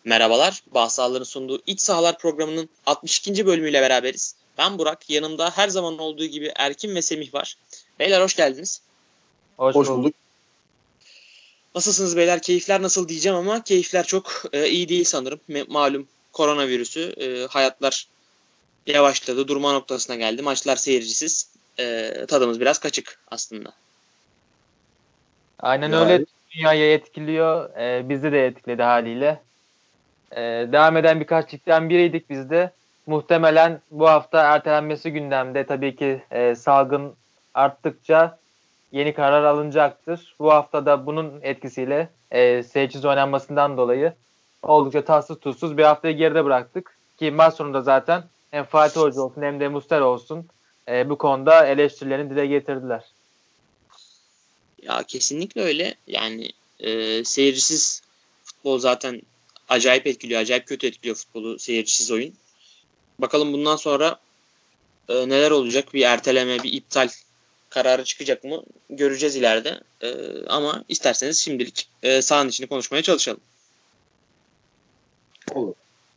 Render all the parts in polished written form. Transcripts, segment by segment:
Merhabalar, Bahsaların sunduğu İç Sahalar programının 62. bölümüyle beraberiz. Ben Burak, yanımda her zaman olduğu gibi Erkin ve Semih var. Beyler hoş geldiniz. Hoş bulduk. Nasılsınız beyler? Keyifler nasıl diyeceğim ama keyifler çok iyi değil sanırım. Malum koronavirüsü, hayatlar yavaşladı, durma noktasına geldi. Maçlar seyircisiz. Tadımız biraz kaçık aslında. Aynen öyle. Yani Dünyayı etkiliyor. Bizi de etkiledi haliyle. Devam eden birkaç ligden biriydik biz de. Muhtemelen bu hafta ertelenmesi gündemde. Tabii ki salgın arttıkça yeni karar alınacaktır. Bu hafta da bunun etkisiyle seyircisiz oynanmasından dolayı oldukça tatsız tuzsuz bir haftayı geride bıraktık. Ki maç sonunda zaten hem Fatih Hoca olsun hem de Muslera olsun bu konuda eleştirilerini dile getirdiler. Ya kesinlikle öyle. Yani seyircisiz futbol zaten acayip etkiliyor. Acayip kötü etkiliyor futbolu seyircisiz oyun. Bakalım bundan sonra neler olacak? Bir erteleme, bir iptal kararı çıkacak mı? Göreceğiz ileride. Ama isterseniz şimdilik sahanın içini konuşmaya çalışalım. olur.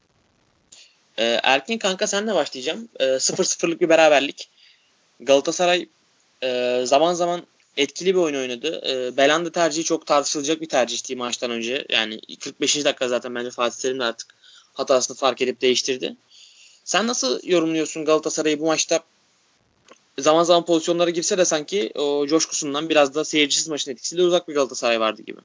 Erkin kanka senle başlayacağım. 0-0'lık bir beraberlik. Galatasaray zaman zaman etkili bir oyun oynadı. Belanda tercihi çok tartışılacak bir tercihti maçtan önce. Yani 45. dakika zaten bence Fatih Terim de artık hatasını fark edip değiştirdi. Sen nasıl yorumluyorsun Galatasaray'ı bu maçta? Zaman zaman pozisyonlara girse de sanki o coşkusundan biraz da seyircisiz maçın etkisiyle uzak bir Galatasaray vardı gibi.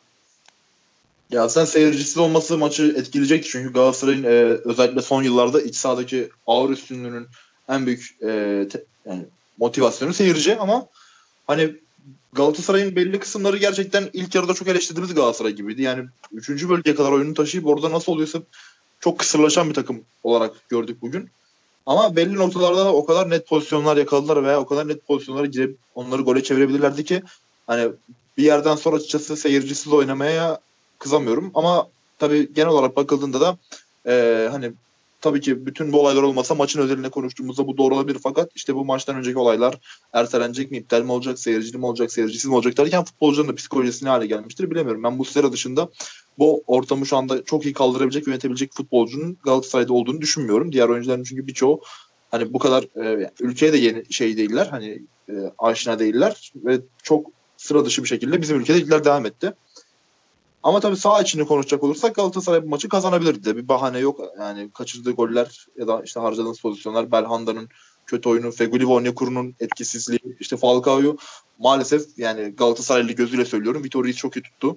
Ya sen seyircisiz olması maçı etkileyecekti çünkü Galatasaray'ın özellikle son yıllarda iç sahadaki ağır üstünlüğünün en büyük yani motivasyonu seyirci ama hani Galatasaray'ın belli kısımları gerçekten ilk yarıda çok eleştirdiğimiz Galatasaray gibiydi. Yani 3. bölgeye kadar oyunu taşıyıp orada nasıl oluyorsa çok kısırlaşan bir takım olarak gördük bugün. Ama belli noktalarda da o kadar net pozisyonlar yakaladılar veya o kadar net pozisyonlara girip onları gole çevirebilirlerdi ki hani bir yerden sonra açıkçası seyircisiz oynamaya kızamıyorum. Ama tabii genel olarak bakıldığında da hani tabii ki bütün bu olaylar olmasa maçın özelinde konuştuğumuzda bu doğru olabilir. Fakat işte bu maçtan önceki olaylar ertelenecek mi, iptal mi olacak, seyircili mi olacak, seyircisiz mi olacak derken futbolcuların da psikolojisi ne hale gelmiştir bilemiyorum. Ben bu sera dışında bu ortamı şu anda çok iyi kaldırabilecek, yönetebilecek futbolcunun Galatasaray'da olduğunu düşünmüyorum. Diğer oyuncuların çünkü birçoğu hani bu kadar ülkeye de yeni şey değiller. Hani aşina değiller ve çok sıra dışı bir şekilde bizim ülkede ligler devam etti. Ama tabii saha içini konuşacak olursak Galatasaray bu maçı kazanabilirdi de. Bir bahane yok. Yani kaçırdığı goller ya da işte harcadığımız pozisyonlar, Belhanda'nın kötü oyunu, Feguli ve Onyekuru'nun etkisizliği, işte Falcao'yu maalesef yani Galatasaraylı gözüyle söylüyorum. Vitor Ruiz çok iyi tuttu.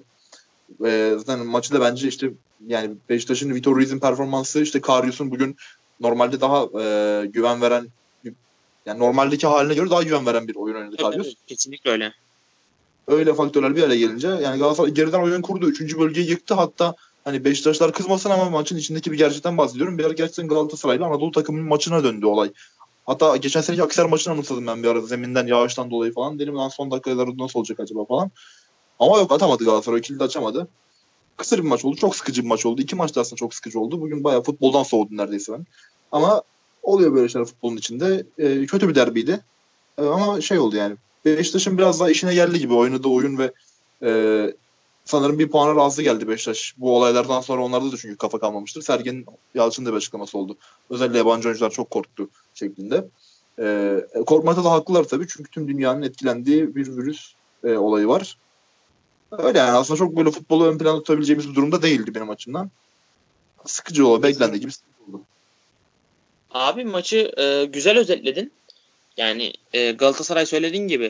Zaten maçı da bence işte yani Beşiktaş'ın Vitor Ruiz'in performansı işte Karius'un bugün normalde daha güven veren yani normaldeki haline göre daha güven veren bir oyun oynadı Tabii Karius. kesinlikle öyle. Öyle faktörler bir araya gelince yani Galatasaray geriden oyun kurdu. 3. bölgeyi yıktı. Hatta hani Beşiktaşlar kızmasın ama maçın içindeki bir gerçekten bahsediyorum. Bir ara gerçekten Galatasaray'la Anadolu takımının maçına döndü olay. Hatta geçen seneki Akhisar maçını anımsadım ben bir ara zeminden yağıştan dolayı falan. Dedim lan son dakikalarda nasıl olacak acaba falan. Ama yok atamadı Galatasaray. Kilidi açamadı. Kısır bir maç oldu. Çok sıkıcı bir maç oldu. İki maç da aslında çok sıkıcı oldu. Bugün bayağı futboldan soğudum neredeyse ben. Ama oluyor böyle şeyler futbolun içinde. Kötü bir derbiydi. Ama şey oldu yani. Beşiktaş'ın biraz daha işine geldi gibi oynadığı oyun ve e, sanırım bir puana razı geldi Beşiktaş. Bu olaylardan sonra onlarda da çünkü kafa kalmamıştır. Sergen Yalçın'ın da bir açıklaması oldu. Özellikle yabancı oyuncular çok korktu şeklinde. Korkmakta da haklılar tabii. Çünkü tüm dünyanın etkilendiği bir virüs olayı var. Öyle yani aslında çok böyle futbolu ön planda tutabileceğimiz bir durumda değildi benim açımdan. Sıkıcı oldu. Beklendiği Kesinlikle. gibi sıkıcı oldu. Abi maçı güzel özetledin. Yani Galatasaray söylediğin gibi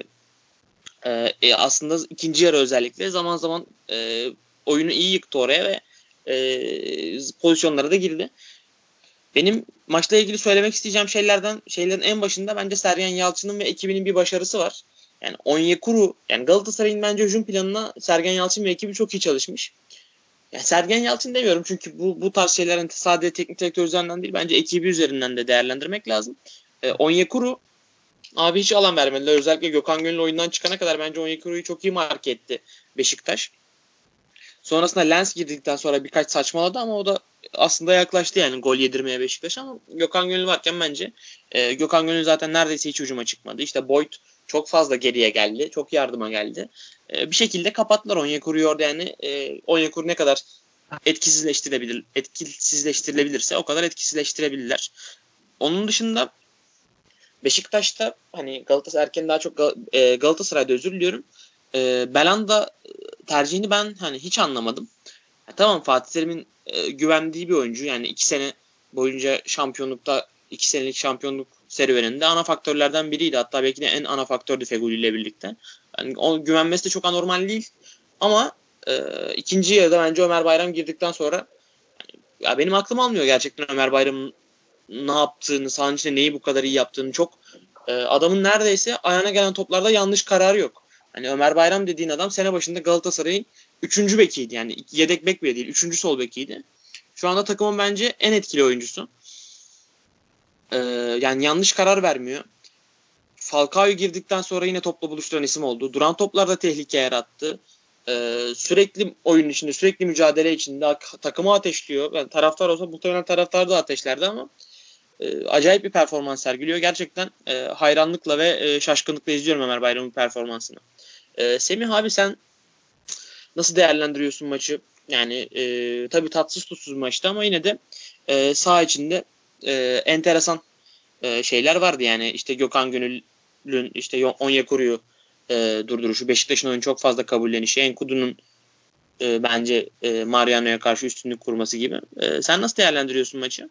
aslında ikinci yarı özellikle zaman zaman oyunu iyi yıktı oraya ve pozisyonlara da girdi. Benim maçla ilgili söylemek isteyeceğim şeylerin en başında bence Sergen Yalçın'ın ve ekibinin bir başarısı var. Yani Onyekuru, yani Galatasaray'ın bence hücum planına Sergen Yalçın ve ekibi çok iyi çalışmış. Yani Sergen Yalçın demiyorum çünkü bu tarz şeylerin sadece teknik direktör üzerinden değil bence ekibi üzerinden de değerlendirmek lazım. Onyekuru abi hiç alan vermediler. Özellikle Gökhan Gönül oyundan çıkana kadar bence Onyekuru'yu çok iyi marke etti Beşiktaş. Sonrasında Lens girdikten sonra birkaç saçmaladı ama o da aslında yaklaştı yani gol yedirmeye Beşiktaş ama Gökhan Gönül varken bence Gökhan Gönül zaten neredeyse hiç hücuma çıkmadı. İşte Boyd çok fazla geriye geldi. Çok yardıma geldi. Bir şekilde kapattılar Onyekuru'yu orada yani Onyekuru ne kadar etkisizleştirilebilirse o kadar etkisizleştirebilirler. Onun dışında Beşiktaş'ta hani Galatasaray daha çok Galatasaray'da özür diliyorum. Belhanda tercihini ben hani hiç anlamadım. Tamam, Fatih Terim'in güvendiği bir oyuncu. Yani 2 sene boyunca 2 senelik şampiyonluk serüveninde ana faktörlerden biriydi. Hatta belki de en ana faktördü Feguli ile birlikte. Yani o güvenmesi de çok anormal değil. Ama ikinci yarıda bence Ömer Bayram girdikten sonra ya benim aklım almıyor gerçekten Ömer Bayram'ın ne yaptığını, sahanın içinde neyi bu kadar iyi yaptığını. Çok adamın neredeyse ayağına gelen toplarda yanlış kararı yok. Hani Ömer Bayram dediğin adam sene başında Galatasaray'ın 3. bekiydi. Yani yedek bek bile değil, 3. sol bekiydi. Şu anda takımın bence en etkili oyuncusu. Yani yanlış karar vermiyor. Falcao girdikten sonra yine topla buluşturan isim oldu. Duran toplarda tehlike yarattı. Sürekli oyun içinde, sürekli mücadele içinde takımı ateşliyor. Yani taraftar olsa muhtemelen taraftar da ateşlerdi ama acayip bir performans sergiliyor. Gerçekten hayranlıkla ve şaşkınlıkla izliyorum Ömer Bayram'ın performansını. Semih abi, sen nasıl değerlendiriyorsun maçı? Yani tabii tatsız tutsuz maçtı ama yine de saha içinde enteresan şeyler vardı. Yani işte Gökhan Gönül'ün işte Onyekuru'yu durduruşu, Beşiktaş'ın oyunu çok fazla kabullenişi, Enkudu'nun bence Mariano'ya karşı üstünlük kurması gibi. Sen nasıl değerlendiriyorsun maçı?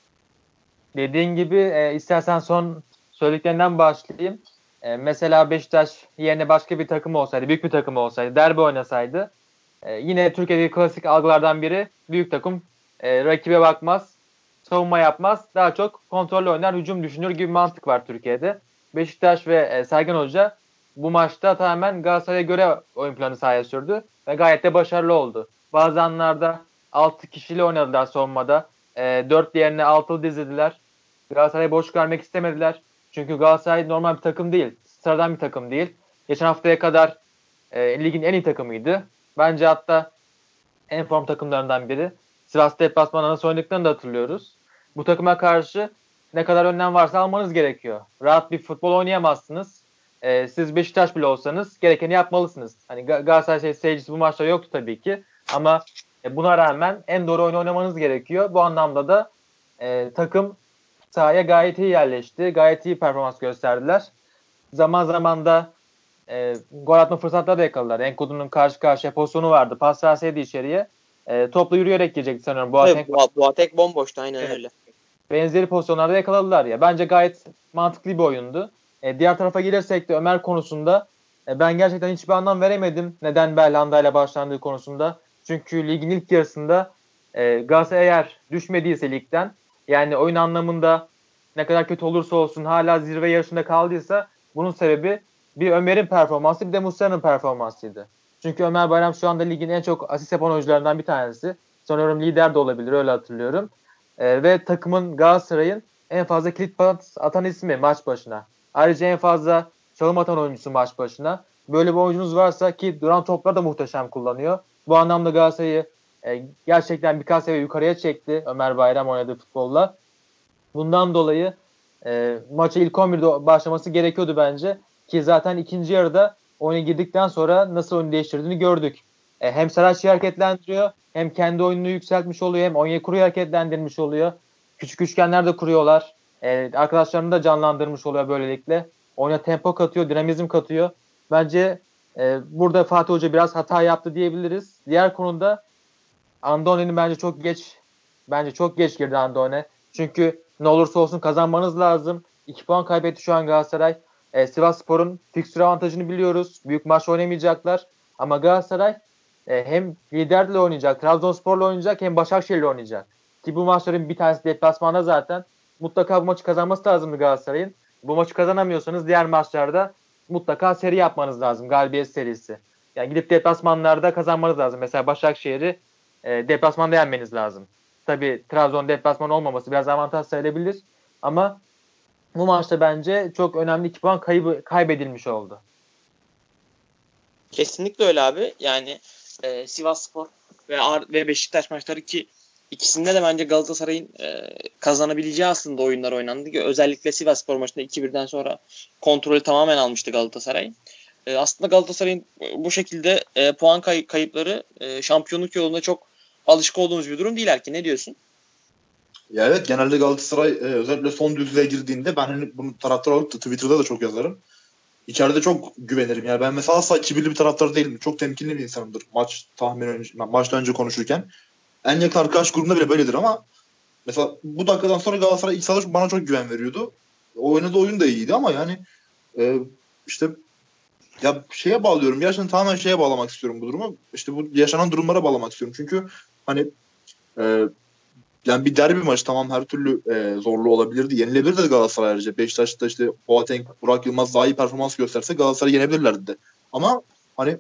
Dediğin gibi istersen son söylediklerinden başlayayım. Mesela Beşiktaş yerine başka bir takım olsaydı, büyük bir takım olsaydı, derbi oynasaydı yine Türkiye'deki klasik algılardan biri büyük takım rakibe bakmaz, savunma yapmaz, daha çok kontrollü oynar, hücum düşünür gibi bir mantık var Türkiye'de. Beşiktaş ve Sergen Hoca bu maçta tamamen Galatasaray'a göre oyun planı sahaya sürdü ve gayet de başarılı oldu. Bazı anlarda 6 kişiyle oynadılar savunmada. 4 yerine 6'lı dizildiler. Galatasaray'a boş vermek istemediler. Çünkü Galatasaray normal bir takım değil. Sıradan bir takım değil. Geçen haftaya kadar ligin en iyi takımıydı. Bence hatta en form takımlarından biri. Sivas deplasmanına nasıl oynadıklarını da hatırlıyoruz. Bu takıma karşı ne kadar önlem varsa almanız gerekiyor. Rahat bir futbol oynayamazsınız. Siz Beşiktaş bile olsanız gerekeni yapmalısınız. Hani Galatasaray seyircisi bu maçta yoktu tabii ki. Ama buna rağmen en doğru oyunu oynamanız gerekiyor. Bu anlamda da takım sahaya gayet iyi yerleşti. Gayet iyi performans gösterdiler. Zaman zaman da gol atma fırsatları da yakaladılar. Enkudu'nun karşı karşıya pozisyonu vardı. Pas verseydi içeriye topla yürüyerek girecekti sanıyorum. Boateng bomboştu, aynen Evet. öyle. Benzeri pozisyonlarda yakaladılar ya. Bence gayet mantıklı bir oyundu. Diğer tarafa gelirsek de Ömer konusunda ben gerçekten hiçbir anlam veremedim. Neden Belhanda ile başlandığı konusunda. Çünkü ligin ilk yarısında Galatasaray eğer düşmediyse ligden, yani oyun anlamında ne kadar kötü olursa olsun hala zirve yarışında kaldıysa bunun sebebi bir Ömer'in performansı, bir de Muslera'nın performansıydı. Çünkü Ömer Bayram şu anda ligin en çok asist yapan oyuncularından bir tanesi. Sanıyorum lider de olabilir, öyle hatırlıyorum. Ve takımın, Galatasaray'ın en fazla kilit pas atan ismi maç başına. Ayrıca en fazla çalım atan oyuncusu maç başına. Böyle bir oyuncunuz varsa, ki duran topları da muhteşem kullanıyor. Bu anlamda Galatasaray'ı gerçekten birkaç seviye yukarıya çekti Ömer Bayram oynadığı futbolla. Bundan dolayı maça ilk 11'de başlaması gerekiyordu bence. Ki zaten ikinci yarıda oyuna girdikten sonra nasıl oyunu değiştirdiğini gördük. Hem Saracchi'yi hareketlendiriyor, hem kendi oyununu yükseltmiş oluyor, hem Onyekuru'yu hareketlendirmiş oluyor. Küçük üçgenler de kuruyorlar. Arkadaşlarını da canlandırmış oluyor böylelikle. Oyuna tempo katıyor, dinamizm katıyor. Bence burada Fatih Hoca biraz hata yaptı diyebiliriz. Diğer konuda Andone'nin bence çok geç girdi Andone. Çünkü ne olursa olsun kazanmanız lazım. 2 puan kaybetti şu an Galatasaray. Sivasspor'un fikstür avantajını biliyoruz. Büyük maç oynamayacaklar. Ama Galatasaray hem liderle oynayacak, Trabzonspor'la oynayacak, hem Başakşehir'le oynayacak. Ki bu maçların bir tanesi deplasmanda zaten. Mutlaka bu maçı kazanması lazımdı Galatasaray'ın. Bu maçı kazanamıyorsanız diğer maçlarda mutlaka seri yapmanız lazım. Galibiyet serisi. Yani gidip deplasmanlarda kazanmanız lazım. Mesela Başakşehir'i deplasmanda yenmeniz lazım. Tabii Trabzon deplasman olmaması biraz avantaj sayılabilir. Ama bu maçta bence çok önemli 2 puan kaybedilmiş oldu. Kesinlikle öyle abi. Yani Sivasspor ve Beşiktaş maçları, ki ikisinde de bence Galatasaray'ın kazanabileceği aslında oyunlar oynandı. Özellikle Sivasspor maçında 2-1'den sonra kontrolü tamamen almıştı Galatasaray. Aslında Galatasaray'ın bu şekilde puan kayıpları şampiyonluk yolunda çok alışık olduğumuz bir durum değil Erkin. Ne diyorsun? Ya evet, genelde Galatasaray özellikle son düzlüğe girdiğinde ben hani bunu taraftar olarak da Twitter'da da çok yazarım. İçeride çok güvenirim. Yani ben mesela asla kibirli bir taraftar değilim. Çok temkinli bir insanımdır. Maçtan önce konuşurken. En yakın arkadaş grubunda bile böyledir ama mesela bu dakikadan sonra Galatasaray ilk savaş bana çok güven veriyordu. Oynadığı oyun da iyiydi ama yani işte ya şeye bağlıyorum. Gerçekten tamamen şeye bağlamak istiyorum bu durumu. İşte bu yaşanan durumlara bağlamak istiyorum. Çünkü hani e, yani bir derbi maçı tamam, her türlü zorlu olabilirdi. Yenilebilirdi Galatasaray ayrıca. Beşiktaş'ta işte Boateng, Burak Yılmaz daha iyi performans gösterse Galatasaray'ı yenebilirlerdi de. Ama hani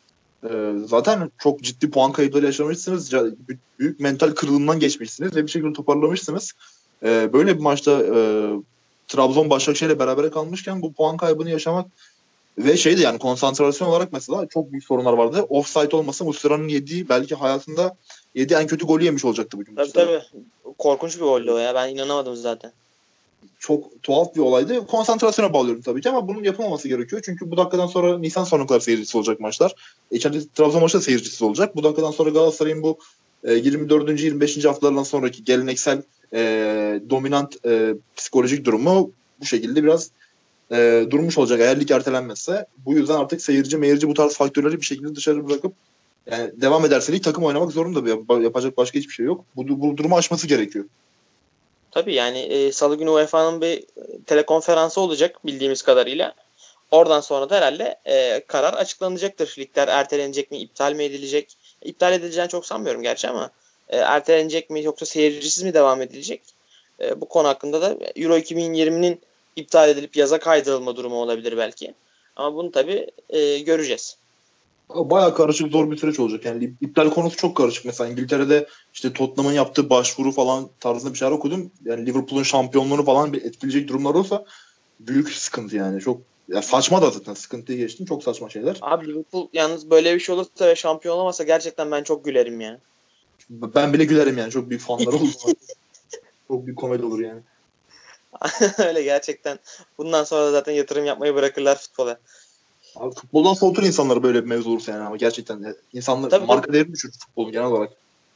zaten çok ciddi puan kayıpları yaşamışsınız. Büyük mental kırılımdan geçmişsiniz ve bir şekilde toparlamışsınız. Böyle bir maçta Trabzon Başakşehir'le beraber kalmışken bu puan kaybını yaşamak ve şeydi yani konsantrasyon olarak mesela çok büyük sorunlar vardı. Offside olmasa Muslera'nın yediği, belki hayatında yediği en kötü golü yemiş olacaktı bugün Tabii Muslera. tabii. Korkunç bir goldü o ya. Ben inanamadım zaten. Çok tuhaf bir olaydı. Konsantrasyona bağlıyorum tabii ki ama bunun yapılmaması gerekiyor. Çünkü bu dakikadan sonra Nisan sonuna kadar seyircisi olacak maçlar. İçeride Trabzon maçı da seyircisi olacak. Bu dakikadan sonra Galatasaray'ın bu 24. 25. haftalardan sonraki geleneksel dominant psikolojik durumu bu şekilde biraz durmuş olacak eğer lig ertelenmezse. Bu yüzden artık seyirci meyirci bu tarz faktörleri bir şekilde dışarı bırakıp yani devam ederse lig takım oynamak zorunda. Yapacak başka hiçbir şey yok. Bu durumu aşması gerekiyor. Tabii yani Salı günü UEFA'nın bir telekonferansı olacak bildiğimiz kadarıyla. Oradan sonra da herhalde karar açıklanacaktır. Ligler ertelenecek mi, iptal mi edilecek? İptal edileceğini çok sanmıyorum gerçi ama ertelenecek mi yoksa seyircisiz mi devam edilecek? Bu konu hakkında da Euro 2020'nin iptal edilip yaza kaydırılma durumu olabilir belki. Ama bunu tabii göreceğiz. Bayağı karışık, zor bir süreç olacak. Yani iptal konusu çok karışık. Mesela İngiltere'de işte Tottenham'ın yaptığı başvuru falan tarzında bir şeyler okudum. Yani Liverpool'un şampiyonluğunu falan bir etkileyecek durumlar olsa büyük sıkıntı yani. Çok ya saçma da zaten, sıkıntıyı geçtim. Çok saçma şeyler. Abi Liverpool yalnız böyle bir şey olursa ve şampiyon olamazsa gerçekten ben çok gülerim ya. Ben bile gülerim yani. Çok büyük fanları oldum. Çok büyük komedi olur yani. Öyle gerçekten. Bundan sonra da zaten yatırım yapmayı bırakırlar futbola. Abi futboldan soğutur insanları böyle bir mevzu olursa yani, ama gerçekten insanlar Tabii tabii. marka değerini düşürür futbolun genel olarak.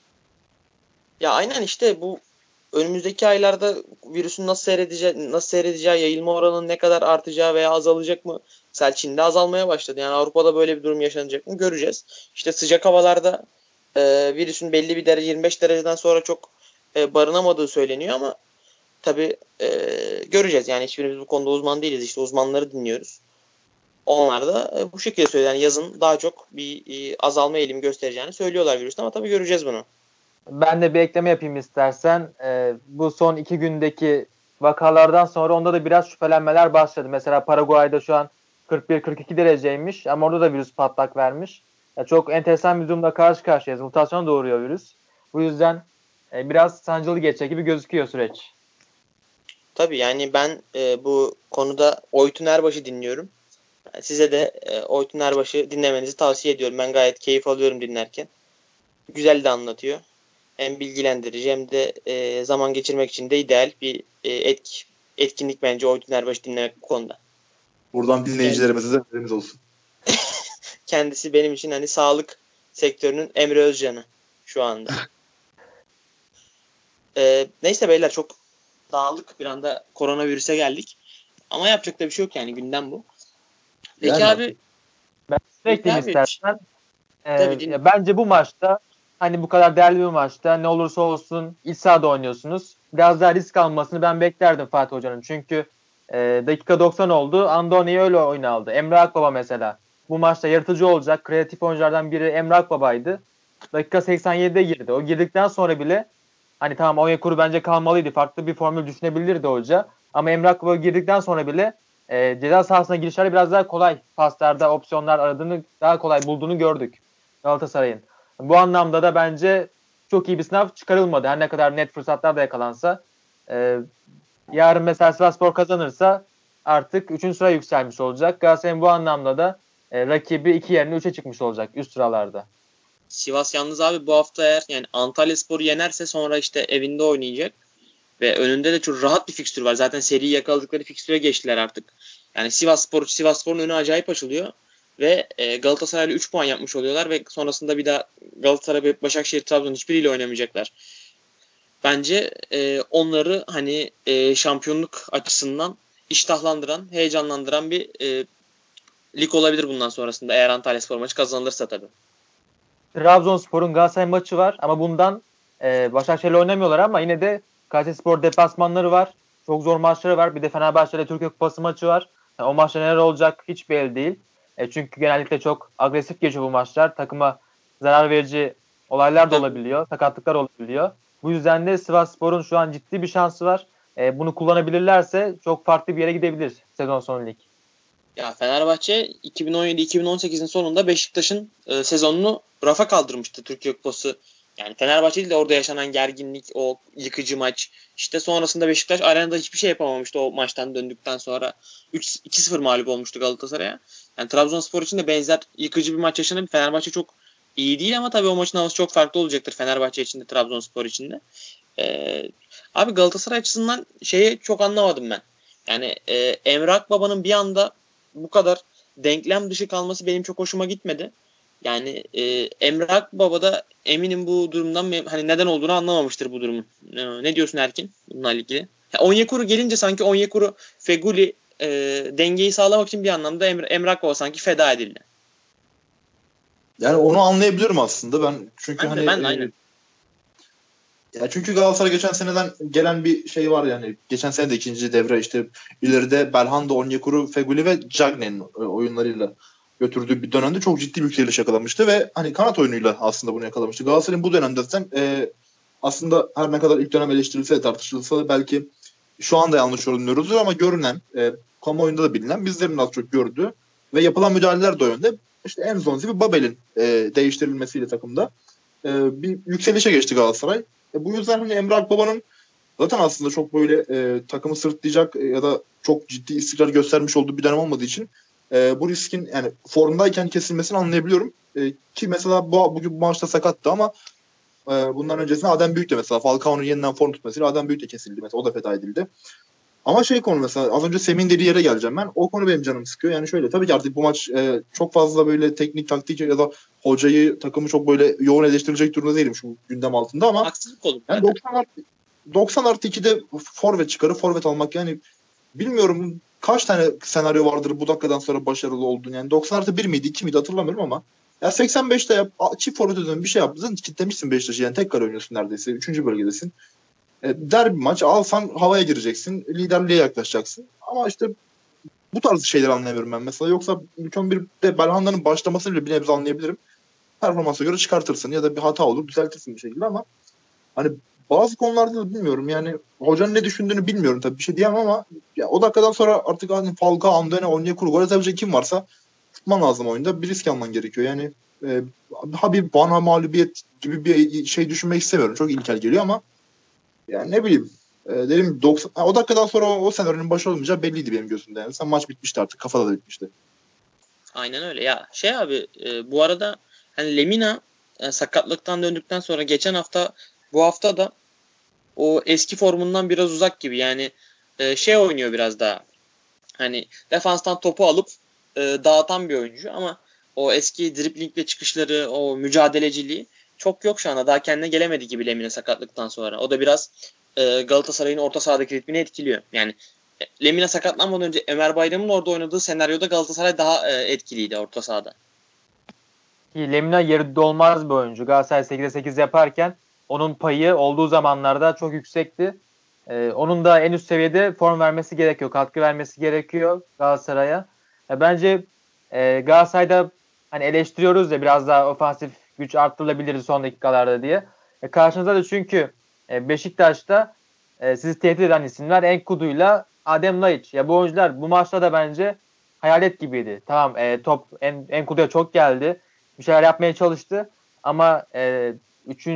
Ya aynen işte bu önümüzdeki aylarda virüsün nasıl seyredeceği, yayılma oranının ne kadar artacağı veya azalacak mı? Mesela Çin'de azalmaya başladı. Yani Avrupa'da böyle bir durum yaşanacak mı? Göreceğiz. İşte sıcak havalarda virüsün belli bir derece 25 dereceden sonra çok barınamadığı söyleniyor ama tabii göreceğiz. Yani hiçbirimiz bu konuda uzman değiliz. İşte uzmanları dinliyoruz. Onlar da bu şekilde söylüyor. Yani yazın daha çok bir azalma eğilimi göstereceğini söylüyorlar virüsün ama tabii göreceğiz bunu. Ben de bir ekleme yapayım istersen. Bu son 2 gündeki vakalardan sonra onda da biraz şüphelenmeler başladı. Mesela Paraguay'da şu an 41-42 dereceymiş ama orada da virüs patlak vermiş. Ya çok enteresan bir durumla karşı karşıyayız. Mutasyon doğuruyor virüs. Bu yüzden biraz sancılı geçecek gibi gözüküyor süreç. Tabii yani ben bu konuda Oytun Erbaş'ı dinliyorum. Size de Oytun Erbaş'ı dinlemenizi tavsiye ediyorum. Ben gayet keyif alıyorum dinlerken. Güzel de anlatıyor. Hem bilgilendirici hem de zaman geçirmek için de ideal bir etkinlik bence Oytun Erbaş'ı dinlemek bu konuda. Buradan dinleyicilerimize de önerimiz olsun. Kendisi benim için hani sağlık sektörünün Emre Özcan'ı şu anda. Neyse beyler çok dağıldık. Bir anda koronavirüse geldik. Ama yapacak da bir şey yok yani gündem bu. Peki Yani abi. Ben Peki ekleyeyim abi. istersen. Tabii din. Ya bence bu maçta hani bu kadar değerli bir maçta ne olursa olsun iç sahada oynuyorsunuz. Biraz daha risk almasını ben beklerdim Fatih Hoca'nın. Çünkü dakika 90 oldu. Andoni'yi öyle oyuna aldı. Emre Akbaba mesela. Bu maçta yaratıcı olacak. Kreatif oyunculardan biri Emre Akbaba'ydı. Dakika 87'de girdi. O girdikten sonra bile hani tamam Onyekuru bence kalmalıydı. Farklı bir formül düşünebilirdi hoca. Ama Emre Akbaba girdikten sonra bile ceza sahasına girişleri biraz daha kolay. Paslarda opsiyonlar aradığını daha kolay bulduğunu gördük Galatasaray'ın. Bu anlamda da bence çok iyi bir sınav çıkarılmadı. Her ne kadar net fırsatlar da yakalansa. Yarın mesela Sivasspor kazanırsa artık 3. sıra yükselmiş olacak. Galatasaray'ın bu anlamda da rakibi 2 yerine 3'e çıkmış olacak üst sıralarda. Sivas yalnız abi bu hafta eğer yani Antalyaspor'u yenerse sonra işte evinde oynayacak. Ve önünde de çok rahat bir fikstür var. Zaten seriyi yakaladıkları fikstüre geçtiler artık. Yani Sivasspor'un önü acayip açılıyor. ve Galatasaray'la 3 puan yapmış oluyorlar ve sonrasında bir daha Galatasaray ve Başakşehir, Trabzon hiçbiriyle oynamayacaklar. Bence onları hani şampiyonluk açısından iştahlandıran, heyecanlandıran bir lig olabilir bundan sonrasında eğer Antalyaspor maçı kazanılırsa tabii. Trabzonspor'un Galatasaray maçı var ama bundan Başakşehir'le oynamıyorlar ama yine de Kayserispor deplasmanları var. Çok zor maçları var. Bir de Fenerbahçe'yle Türkiye Kupası maçı var. Yani o maçta neler olacak hiç belli değil. Çünkü genellikle çok agresif geçiyor bu maçlar. Takıma zarar verici olaylar da olabiliyor. Sakatlıklar olabiliyor. Bu yüzden de Sivasspor'un şu an ciddi bir şansı var. Bunu kullanabilirlerse çok farklı bir yere gidebilir sezon sonu lig. Ya Fenerbahçe 2017-2018'in sonunda Beşiktaş'ın sezonunu rafa kaldırmıştı Türkiye Kupası. Yani Fenerbahçe değil de orada yaşanan gerginlik, o yıkıcı maç. İşte sonrasında Beşiktaş arenada hiçbir şey yapamamıştı o maçtan döndükten sonra. 2-0 mağlup olmuştu Galatasaray'a. Yani Trabzonspor için de benzer yıkıcı bir maç yaşanıp Fenerbahçe çok iyi değil ama tabii o maçın havası çok farklı olacaktır Fenerbahçe için de Trabzonspor için de. Abi Galatasaray açısından şeyi çok anlamadım ben. Yani Emre Akbaba'nın bir anda bu kadar denklem dışı kalması benim çok hoşuma gitmedi. Yani Emre Akbaba da eminim bu durumdan hani neden olduğunu anlamamıştır bu durumun. Ne diyorsun Erkin bununla ilgili? Onyekuru gelince sanki Onyekuru, Feguli dengeyi sağlamak için bir anlamda Emre Akbaba sanki feda edildi. Yani onu anlayabilirim aslında ben çünkü Ben de aynen. Ya çünkü Galatasaray geçen seneden gelen bir şey var yani. Geçen sene de ikinci devre işte ileride Belhanda, Onyekuru, Feguli ve Cagney'in oyunlarıyla götürdüğü bir dönemde çok ciddi bir yükseliş yakalamıştı ve hani kanat oyunuyla aslında bunu yakalamıştı. Galatasaray'ın bu dönemde zaten aslında her ne kadar ilk dönem eleştirilse de tartışılsa da belki şu anda yanlış yorumluyoruzdur ama görünen, kamuoyunda da bilinen, bizlerin az çok gördüğü ve yapılan müdahaleler de o yönde. İşte Enzonzi ve Babel'in değiştirilmesiyle takımda bir yükselişe geçti Galatasaray. Bu yüzden hani Emre Akbaba'nın zaten aslında çok böyle takımı sırtlayacak ya da çok ciddi istikrar göstermiş olduğu bir dönem olmadığı için bu riskin yani formdayken kesilmesini anlayabiliyorum. Ki mesela bugün bu maçta sakattı ama bundan öncesinde Adem Büyük de mesela Falcao'nun yeniden form tutmasıyla Adem Büyük de kesildi mesela. O da feda edildi. Ama şey konu mesela az önce Semih'in dediği yere geleceğim ben. O konu benim canımı sıkıyor. Yani şöyle tabii ki artık bu maç çok fazla böyle teknik taktik ya da hocayı takımı çok böyle yoğun eleştirecek durumda değilim şu gündem altında ama Haksızlık olur yani zaten. 90 artı 2'de forvet çıkarıp forvet almak yani bilmiyorum kaç tane senaryo vardır bu dakikadan sonra başarılı olduğunu. Yani 90 artı 1 miydi 2 miydi hatırlamıyorum ama ya 85'te yap, çift forvet ödemi bir şey yaptın kitlemişsin Beşiktaş'ı yani tekrar oynuyorsun neredeyse. 3. bölgedesin. Derbi maç alsan havaya gireceksin. Liderliğe yaklaşacaksın. Ama işte bu tarz şeyler anlayamıyorum ben mesela. Yoksa ilk 11'de Belhanda'nın başlamasını bile bir nebze anlayabilirim. Performansa göre çıkartırsın ya da bir hata olur düzeltirsin bir şekilde ama hani bazı konularda da bilmiyorum yani hocanın ne düşündüğünü bilmiyorum tabii bir şey diyemem ama ya o dakikadan sonra artık hani Falcao, Andone, Onyekuru gol atabilecek kim varsa tutman lazım oyunda. Bir risk alman gerekiyor. Yani daha bir bana mağlubiyet gibi bir şey düşünmek istemiyorum. Çok ilkel geliyor ama yani ne bileyim. Dedim 90 o dakikadan sonra o senaryonun başı olmayacağı belliydi benim gözümde. Yani sen maç bitmişti artık. Kafada da bitmişti. Aynen öyle. Ya şey abi bu arada hani Lemina sakatlıktan döndükten sonra geçen hafta bu hafta da o eski formundan biraz uzak gibi. Yani şey oynuyor biraz daha. Hani defanstan topu alıp dağıtan bir oyuncu ama o eski driblingle çıkışları, o mücadeleciliği çok yok şu anda. Daha kendine gelemedi gibi Lemina sakatlıktan sonra. O da biraz Galatasaray'ın orta sahadaki ritmini etkiliyor. Yani Lemina sakatlanmadan önce Ömer Bayram'ın orada oynadığı senaryoda Galatasaray daha etkiliydi orta sahada. Lemina yerinde olmaz bir oyuncu. Galatasaray 8'e 8 yaparken onun payı olduğu zamanlarda çok yüksekti. Onun da en üst seviyede form vermesi gerekiyor. Katkı vermesi gerekiyor Galatasaray'a. Bence Galatasaray'da hani eleştiriyoruz ya biraz daha ofansif güç arttırılabilir son dakikalarda diye. Karşınızda da çünkü Beşiktaş'ta sizi tehdit eden isimler Enkudu'yla Adem Laiç. Ya bu oyuncular bu maçta da bence hayalet gibiydi. Tamam top Enkudu'ya çok geldi. Bir şeyler yapmaya çalıştı. Ama 3.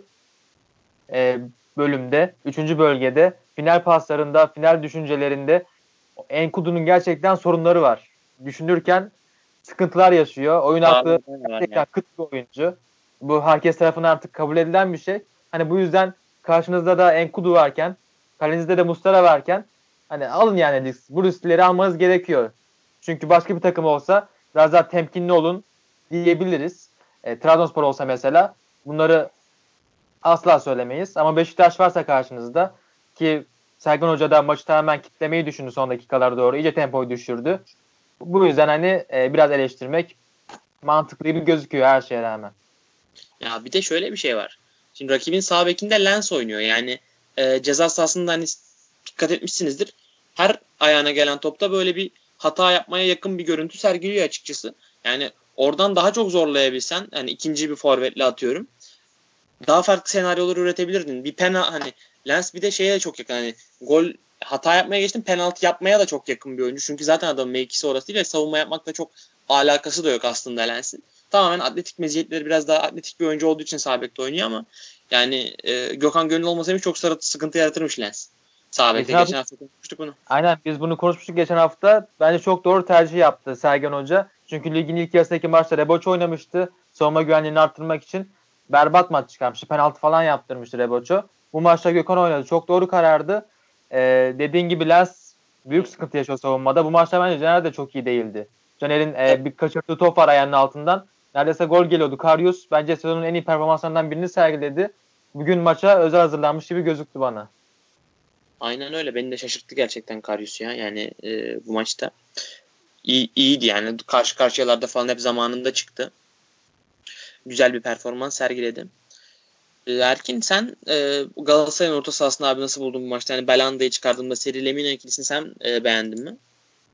Bölümde, 3. bölgede final paslarında, final düşüncelerinde Enkudu'nun gerçekten sorunları var. Düşünürken sıkıntılar yaşıyor. Oyun aklı Sağlıklı var gerçekten ya. kıt bir oyuncu. Bu herkes tarafından artık kabul edilen bir şey. Hani bu yüzden karşınızda da Enkudu varken, kalenizde de Mustara varken hani alın yani bu riskleri almanız gerekiyor. Çünkü başka bir takım olsa biraz daha temkinli olun diyebiliriz. Trabzonspor olsa mesela bunları asla söylemeyiz. Ama Beşiktaş varsa karşınızda, ki Sergen Hoca da maçı tamamen kitlemeyi düşündü son dakikalara doğru. İyice tempoyu düşürdü. Bu yüzden hani biraz eleştirmek mantıklı gibi gözüküyor her şeye rağmen. Ya bir de şöyle bir şey var. Şimdi rakibin sağ bekinde Lens oynuyor. Yani ceza sahasında hani dikkat etmişsinizdir. Her ayağına gelen topta böyle bir hata yapmaya yakın bir görüntü sergiliyor açıkçası. Yani oradan daha çok zorlayabilsen, hani ikinci bir forvetle atıyorum, daha farklı senaryolar üretebilirdin. Bir hani Lens bir de şeye çok yakın, hani gol hata yapmaya geçtim, penaltı yapmaya da çok yakın bir oyuncu. Çünkü zaten adamın mevkisi orası değil ve savunma yapmakla çok alakası da yok aslında Lens'in. Tamamen atletik meziyetleri, biraz daha atletik bir oyuncu olduğu için sağ bekte oynuyor ama yani Gökhan Gönül olmasaymış çok sıkıntı yaratırmış Lens. Sağ bekte geçen hafta konuşmuştuk bunu. Aynen, biz bunu konuşmuştuk geçen hafta. Bence çok doğru tercih yaptı Sergen Hoca. Çünkü ligin ilk yarısındaki maçta Reboç oynamıştı. Savunma güvenliğini arttırmak için berbat maç çıkarmıştı. Penaltı falan yaptırmıştı Reboç'u. Bu maçta Gökhan oynadı. Çok doğru karardı. Dediğin gibi Lens büyük sıkıntı yaşıyor savunmada. Bu maçta bence Caner de çok iyi değildi. Caner'in bir kaçırdığı top var ayağının altından. Neredeyse gol geliyordu. Karius bence sezonun en iyi performanslarından birini sergiledi. Bugün maça özel hazırlanmış gibi gözüktü bana. Aynen öyle. Beni de şaşırttı gerçekten Karius ya. Yani bu maçta iyiydi yani. Karşı karşıyalarda falan hep zamanında çıktı. Güzel bir performans sergiledi. Erkin, sen Galatasaray'ın orta sahasını abi nasıl buldun bu maçta? Yani Belanda'yı çıkardığında Seri Lemina ikilisini sen beğendin mi?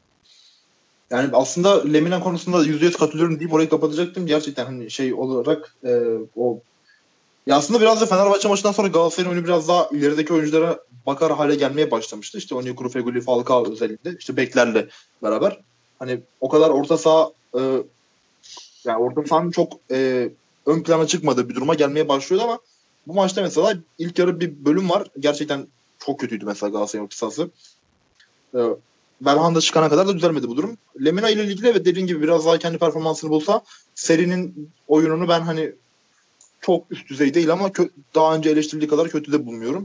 Yani aslında Lemina konusunda %100 katılıyorum deyip orayı kapatacaktım. Gerçekten hani şey olarak o ya aslında biraz da Fenerbahçe maçından sonra Galatasaray'ın oyunu biraz daha ilerideki oyunculara bakar hale gelmeye başlamıştı. İşte Onyekuru, Feguli, Falcao özellikle. İşte beklerle beraber. Hani o kadar orta saha yani orta sahanın çok ön plana çıkmadığı bir duruma gelmeye başlıyordu ama bu maçta mesela ilk yarı bir bölüm var. Gerçekten çok kötüydü mesela Galatasaray'ın orta sahası. E, Belhanda çıkana kadar da düzelmedi bu durum. Lemina ile ilgili evet dediğin gibi biraz daha kendi performansını bulsa serinin oyununu ben hani çok üst düzey değil ama daha önce eleştirildiği kadar kötü de bulmuyorum.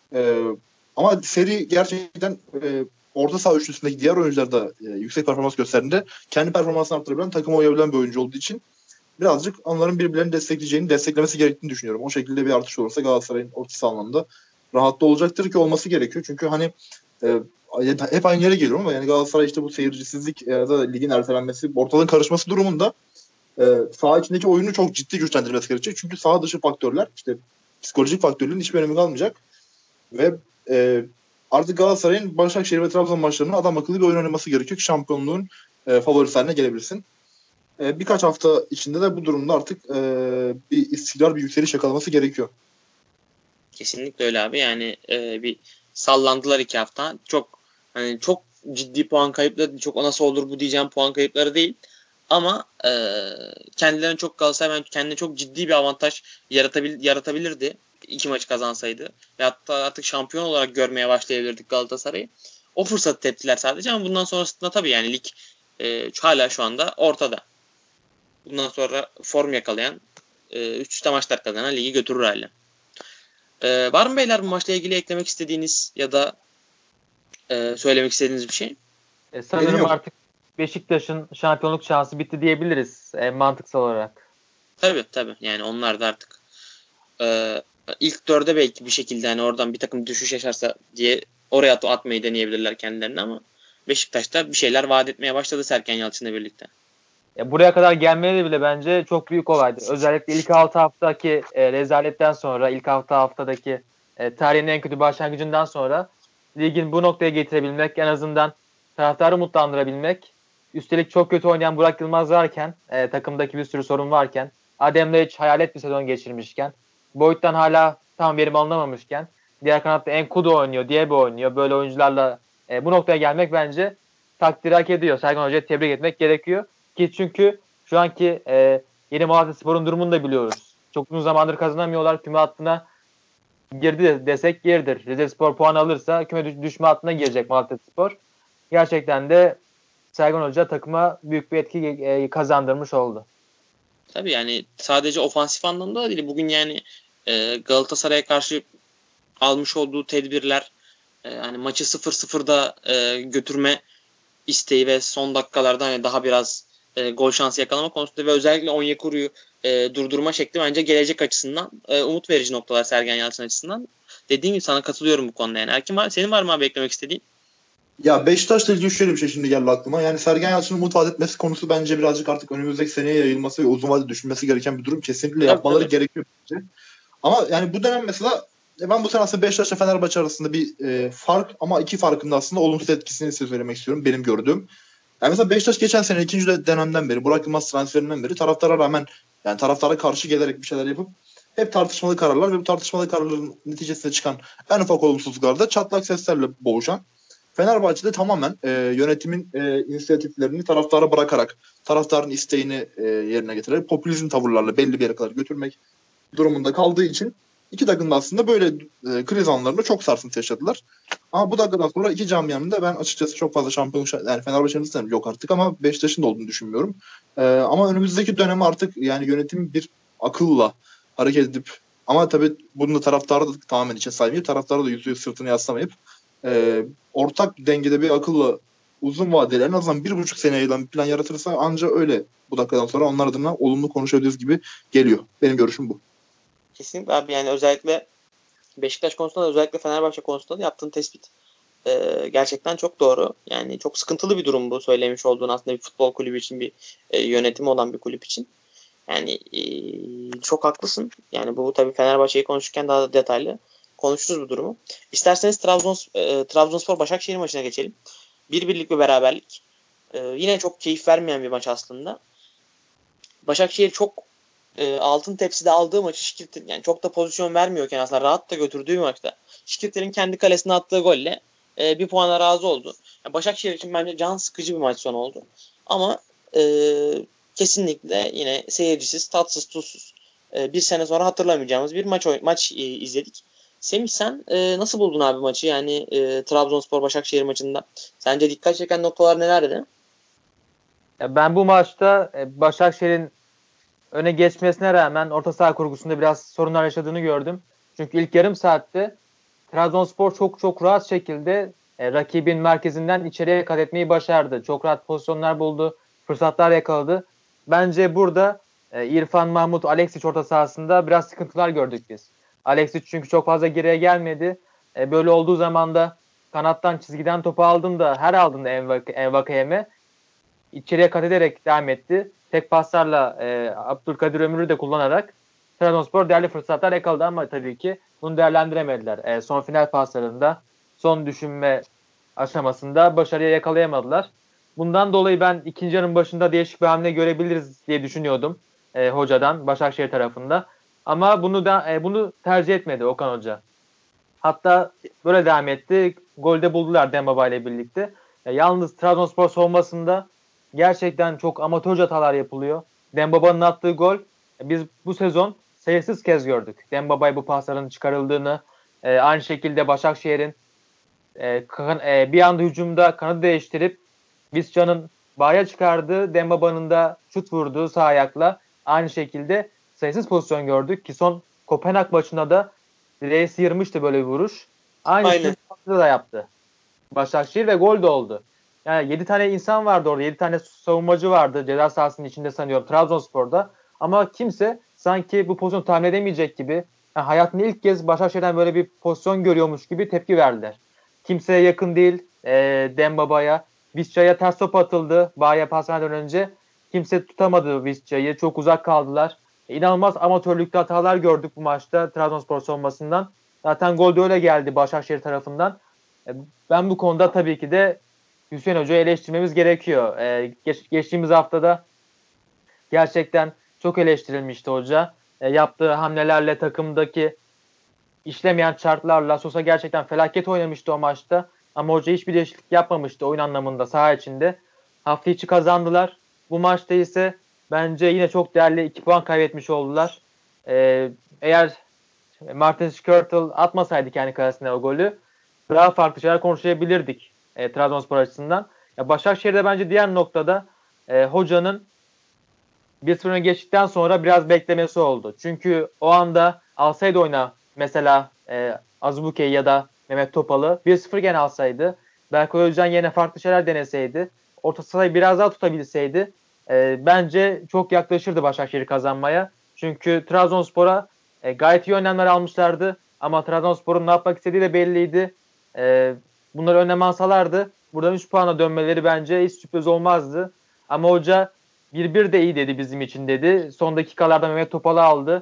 Ama seri gerçekten orta saha üçlüsündeki diğer oyuncular da yüksek performans gösterdiğinde kendi performansını arttırabilen, takıma uyabilen bir oyuncu olduğu için birazcık onların birbirlerini desteklemesi gerektiğini düşünüyorum. O şekilde bir artış olursa Galatasaray'ın orta saha anlamında rahat da olacaktır ki olması gerekiyor. Çünkü hani hep aynı yere geliyorum ama yani Galatasaray işte bu seyircisizlik ya da ligin ertelenmesi, ortalığın karışması durumunda saha içindeki oyunu çok ciddi güçlendirmesi gerekecek. Çünkü saha dışı faktörler, işte psikolojik faktörlerin hiçbir önemi kalmayacak. Ve artık Galatasaray'ın Başakşehir ve Trabzon maçlarında adam akıllı bir oyun oynaması gerekiyor ki şampiyonluğun favorisi haline gelebilirsin. Birkaç hafta içinde de bu durumda artık bir istikrar, bir yükseliş yakalaması gerekiyor. Kesinlikle öyle abi. Yani bir sallandılar 2 hafta. Çok ciddi puan kayıpları, çok o nasıl olur bu diyeceğim puan kayıpları değil. Ama kendilerine çok Galatasaray kendine çok ciddi bir avantaj yaratabilirdi. 2 maçı kazansaydı. Ve hatta artık şampiyon olarak görmeye başlayabilirdik Galatasaray'ı. O fırsatı teptiler sadece ama bundan sonrasında tabii yani lig hala şu anda ortada. Bundan sonra form yakalayan, üst üste maçlar kazanan ligi götürür hale. Var mı beyler bu maçla ilgili eklemek istediğiniz ya da söylemek istediğiniz bir şey? Sanırım artık Beşiktaş'ın şampiyonluk şansı bitti diyebiliriz mantıksal olarak. Tabii. Yani onlar da artık ilk dörde belki bir şekilde hani oradan bir takım düşüş yaşarsa diye oraya atmayı deneyebilirler kendilerine ama Beşiktaş'ta bir şeyler vaat etmeye başladı Sergen Yalçın'la birlikte. Buraya kadar gelmeleri bile bence çok büyük olaydı. Özellikle ilk 6 haftaki rezaletten sonra, ilk haftadaki tarihin en kötü başlangıcından sonra ligin bu noktaya getirebilmek, en azından taraftarı umutlandırabilmek, üstelik çok kötü oynayan Burak Yılmaz varken, takımdaki bir sürü sorun varken, Adem Laiç hayalet bir sezon geçirmişken, Boyd'dan hala tam verim alınamamışken, diğer kanatta Enkudu oynuyor, Diego oynuyor. Böyle oyuncularla bu noktaya gelmek bence takdiri hak ediyor. Sergen Hoca'yı tebrik etmek gerekiyor. Ki çünkü şu anki yeni Malatyaspor'un durumunu da biliyoruz. Çok uzun zamandır kazanamıyorlar. Küme hattına girdi desek yeridir. Rizespor puan alırsa küme düşme hattına girecek Malatyaspor. Gerçekten de Sergen Hoca takıma büyük bir etki kazandırmış oldu. Tabii yani sadece ofansif anlamda da değil. Bugün yani Galatasaray'a karşı almış olduğu tedbirler, hani maçı 0-0'da götürme isteği ve son dakikalarda hani daha biraz gol şansı yakalama konusunda ve özellikle Onyekuru'yu durdurma şekli bence gelecek açısından umut verici noktalar Sergen Yalçın açısından. Dediğim gibi sana katılıyorum bu konuda yani. Erkin var, senin var mı abi eklemek istediğin? Ya Beşiktaş'la ilgili şöyle bir şey şimdi geldi aklıma. Yani Sergen Yalçın'ın umut vaat etmesi konusu bence birazcık artık önümüzdeki seneye yayılması ve uzun vadede düşünmesi gereken bir durum. Kesinlikle Tabii, yapmaları tabii. gerekiyor bence. Ama yani bu dönem mesela ben bu sene aslında Beşiktaş'la Fenerbahçe arasında bir fark ama iki farkın da aslında olumsuz etkisini size söylemek istiyorum. Benim gördüğüm. Yani mesela Beşiktaş geçen sene ikinci dönemden beri, Burak Yılmaz transferinden beri taraftara rağmen yani taraftara karşı gelerek bir şeyler yapıp hep tartışmalı kararlar ve bu tartışmalı kararların neticesinde çıkan en ufak olumsuzluklarda çatlak seslerle boğuşan Fenerbahçe'de tamamen yönetimin inisiyatiflerini taraftara bırakarak, taraftarın isteğini yerine getirerek popülizm tavırlarla belli bir yere kadar götürmek durumunda kaldığı için iki takım da aslında böyle kriz anlarında çok sarsıntı yaşadılar. Ama bu dakikadan sonra iki camianın da ben açıkçası çok fazla şampiyonluk yani Fenerbahçe'nin de yok artık ama Beşiktaş'ın da olduğunu düşünmüyorum. Ama önümüzdeki dönem artık yani yönetim bir akılla hareket edip ama tabii bunu da taraftarı da tamamen içe saymayıp taraftarı da yüzüğü sırtını yaslamayıp ortak dengede bir akılla uzun vadeli en azından 1,5 seneye yayılan bir plan yaratırsa anca öyle bu dakikadan sonra onlar adına olumlu konuşabiliriz gibi geliyor. Benim görüşüm bu. Kesinlikle abi, yani özellikle Beşiktaş konusunda da özellikle Fenerbahçe konusunda da yaptığın tespit gerçekten çok doğru. Yani çok sıkıntılı bir durum bu, söylemiş olduğun aslında bir futbol kulübü için, bir yönetimi olan bir kulüp için. Yani çok haklısın. Yani bu tabii Fenerbahçe'yi konuşurken daha da detaylı konuşuruz bu durumu. İsterseniz Trabzonspor Başakşehir maçına geçelim. 1-1'lik bir beraberlik. Yine çok keyif vermeyen bir maç aslında. Başakşehir çok altın tepside aldığı maçı Şikirt'in, yani çok da pozisyon vermiyorken aslında rahat da götürdüğü bir maçta Şikirt'in kendi kalesine attığı golle bir puana razı oldu. Yani Başakşehir için bence can sıkıcı bir maç sonu oldu. Ama kesinlikle yine seyircisiz, tatsız, tuzsuz, bir sene sonra hatırlamayacağımız bir maç izledik. Semih, sen nasıl buldun abi maçı? Yani Trabzonspor Başakşehir maçında sence dikkat çeken noktalar nelerdi? Ya ben bu maçta Başakşehir'in öne geçmesine rağmen orta saha kurgusunda biraz sorunlar yaşadığını gördüm. Çünkü ilk yarım saatte Trabzonspor çok çok rahat şekilde rakibin merkezinden içeriye kat etmeyi başardı. Çok rahat pozisyonlar buldu, fırsatlar yakaladı. Bence burada İrfan, Mahmut, Aleksić orta sahasında biraz sıkıntılar gördük biz. Aleksić çünkü çok fazla geriye gelmedi. Böyle olduğu zaman da kanattan, çizgiden topu aldığında, her aldığında Envakayeme içeriye kat ederek devam etti. Tek paslarla Abdülkadir Ömür'ü de kullanarak Trabzonspor değerli fırsatlar yakaladı ama tabii ki bunu değerlendiremediler. Son final paslarında, son düşünme aşamasında başarıya yakalayamadılar. Bundan dolayı ben ikinci yarının başında değişik bir hamle görebiliriz diye düşünüyordum hocadan, Başakşehir tarafında. Ama bunu tercih etmedi Okan Hoca. Hatta böyle devam etti. Golde buldular Dembaba ile birlikte. Yalnız Trabzonspor savunmasında gerçekten çok amatörce hatalar yapılıyor. Dembaba'nın attığı gol biz bu sezon sayısız kez gördük. Dembaba'ya bu pasların çıkarıldığını, aynı şekilde Başakşehir'in bir anda hücumda kanadı değiştirip Visca'nın bağa çıkardığı, Dembaba'nın da şut vurduğu sağ ayakla aynı şekilde sayısız pozisyon gördük ki son Kopenhag maçında da direği sıyırmıştı böyle bir vuruş. Aynısını Aynen. da yaptı Başakşehir ve gol de oldu. Yani 7 tane insan vardı orada. 7 tane savunmacı vardı ceza sahasının içinde sanıyorum Trabzonspor'da. Ama kimse sanki bu pozisyonu tahmin edemeyecek gibi, yani hayatında ilk kez Başakşehir'den böyle bir pozisyon görüyormuş gibi tepki verdiler. Kimseye yakın değil Dembaba'ya. Visca'ya ters top atıldı Bağ'a pas vermeden önce. Kimse tutamadı Visca'yı. Çok uzak kaldılar. İnanılmaz amatörlükte hatalar gördük bu maçta Trabzonspor savunmasından. Zaten gol de öyle geldi Başakşehir tarafından. Ben bu konuda tabii ki de Hüseyin Hoca'yı eleştirmemiz gerekiyor. Geçtiğimiz haftada gerçekten çok eleştirilmişti hoca. Yaptığı hamlelerle takımdaki işlemeyen çarklarla Sosa gerçekten felaket oynamıştı o maçta. Ama hoca hiçbir değişiklik yapmamıştı oyun anlamında saha içinde. Hafta içi kazandılar. Bu maçta ise bence yine çok değerli 2 puan kaybetmiş oldular. Eğer Martin Skrtel atmasaydı kendi kalesine o golü daha farklı şeyler konuşabilirdik Trabzonspor açısından. Ya Başakşehir'de bence diğer noktada hocanın 1-0 öne geçtikten sonra biraz beklemesi oldu. Çünkü o anda alsaydı oyna mesela Azubuke'yi ya da Mehmet Topal'ı 1-0 gene alsaydı, Berkay Özcan yine farklı şeyler deneseydi, orta sahayı biraz daha tutabilseydi bence çok yaklaşırdı Başakşehir kazanmaya. Çünkü Trabzonspor'a gayet iyi önlemler almışlardı. Ama Trabzonspor'un ne yapmak istediği de belliydi. Bunları önlem alsalardı buradan 3 puana dönmeleri bence hiç sürpriz olmazdı. Ama hoca 1-1 de iyi dedi bizim için dedi. Son dakikalarda Mehmet Topal'ı aldı.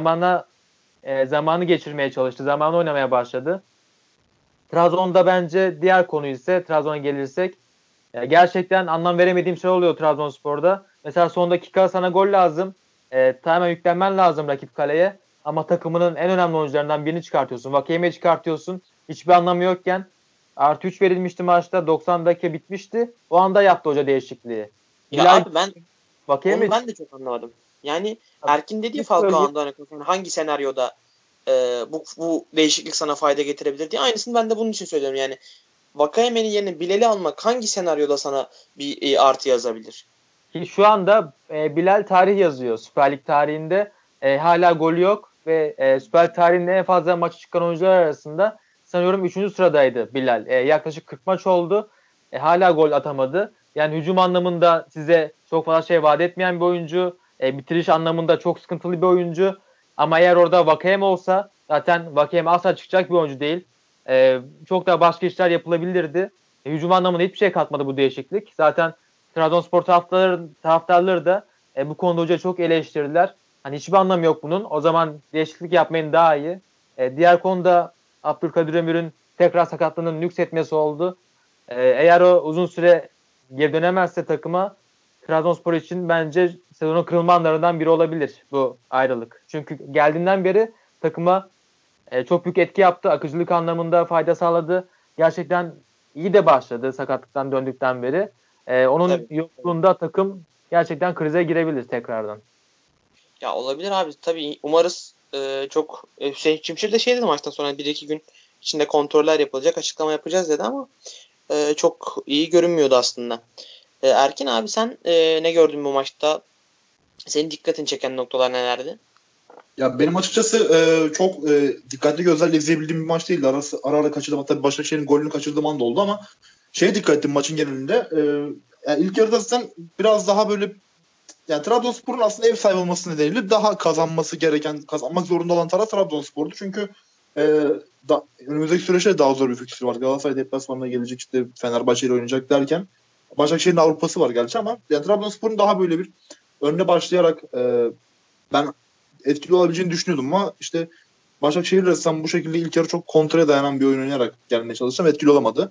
Zamanı geçirmeye çalıştı. Zamanı oynamaya başladı. Trabzon'da bence diğer konu ise Trabzon'a gelirsek gerçekten anlam veremediğim şey oluyor Trabzonspor'da. Mesela son dakika sana gol lazım. Tamamen yüklenmen lazım rakip kaleye. Ama takımının en önemli oyuncularından birini çıkartıyorsun. Vakeyeme'yi çıkartıyorsun. Hiçbir anlamı yokken. Artı 3 verilmişti maçta. 90 dakika bitmişti. O anda yaptı hoca değişikliği. Ya Bilal abi ben Vakeyeme onu ben de çok anlamadım. Yani Erkin dedi ya Falcao'dan hani hangi senaryoda bu değişiklik sana fayda getirebilir diye. Aynısını ben de bunun için söylüyorum. Yani Vakayeme'nin yerine Bilal'i almak hangi senaryoda sana bir artı yazabilir? Şu anda Bilal tarih yazıyor Süper Lig tarihinde. Hala golü yok ve Süper Lig tarihinde en fazla maçı çıkan oyuncular arasında sanıyorum 3. sıradaydı Bilal. Yaklaşık 40 maç oldu. Hala gol atamadı. Yani hücum anlamında size çok fazla şey vaat etmeyen bir oyuncu. Bitiriş anlamında çok sıkıntılı bir oyuncu. Ama eğer orada Vakayeme olsa zaten Vakayeme asla çıkacak bir oyuncu değil. Çok daha başka işler yapılabilirdi. Hücum anlamında hiçbir şey katmadı bu değişiklik. Zaten Trabzonspor taraftarları da bu konuda hoca çok eleştirdiler. Hani hiçbir anlamı yok bunun. O zaman değişiklik yapmayın daha iyi. Diğer konuda Abdülkadir Ömür'ün tekrar sakatlığının nüksetmesi oldu. Eğer o uzun süre geri dönemezse takıma Trabzonspor için bence sezonun kırılma anlarından biri olabilir bu ayrılık. Çünkü geldiğinden beri takıma çok büyük etki yaptı. Akıcılık anlamında fayda sağladı. Gerçekten iyi de başladı sakatlıktan döndükten beri. Onun Tabii. yokluğunda takım gerçekten krize girebilir tekrardan. Ya olabilir abi. Tabii umarız çok Hüseyin Çimşir de şey dedi maçtan sonra 1-2 gün içinde kontroller yapılacak, açıklama yapacağız dedi ama çok iyi görünmüyordu aslında. Erkin abi sen ne gördün bu maçta? Senin dikkatini çeken noktalar nelerdi? Ya benim açıkçası çok dikkatli gözlerle izleyebildiğim bir maç değildi. Ara ara kaçırdım. Hatta Başakşehir'in golünü kaçırdığım anda oldu ama şeye dikkat ettim maçın genelinde. Yani ilk yarıda zaten biraz daha böyle yani Trabzonspor'un aslında ev sahibi olması nedeniyle daha kazanmak zorunda olan taraf Trabzonspor'du. Çünkü önümüzdeki süreçte daha zor bir fikstür var. Galatasaray deplasmanına gelecek, işte Fenerbahçe ile oynayacak derken Başakşehir'in Avrupa'sı var gerçi ama yani Trabzonspor'un daha böyle bir önüne başlayarak ben etkili olabileceğini düşünüyordum ama işte Başakşehir resmen bu şekilde ilk yarı çok kontraya dayanan bir oyun oynayarak gelmeye çalıştım. Etkili olamadı.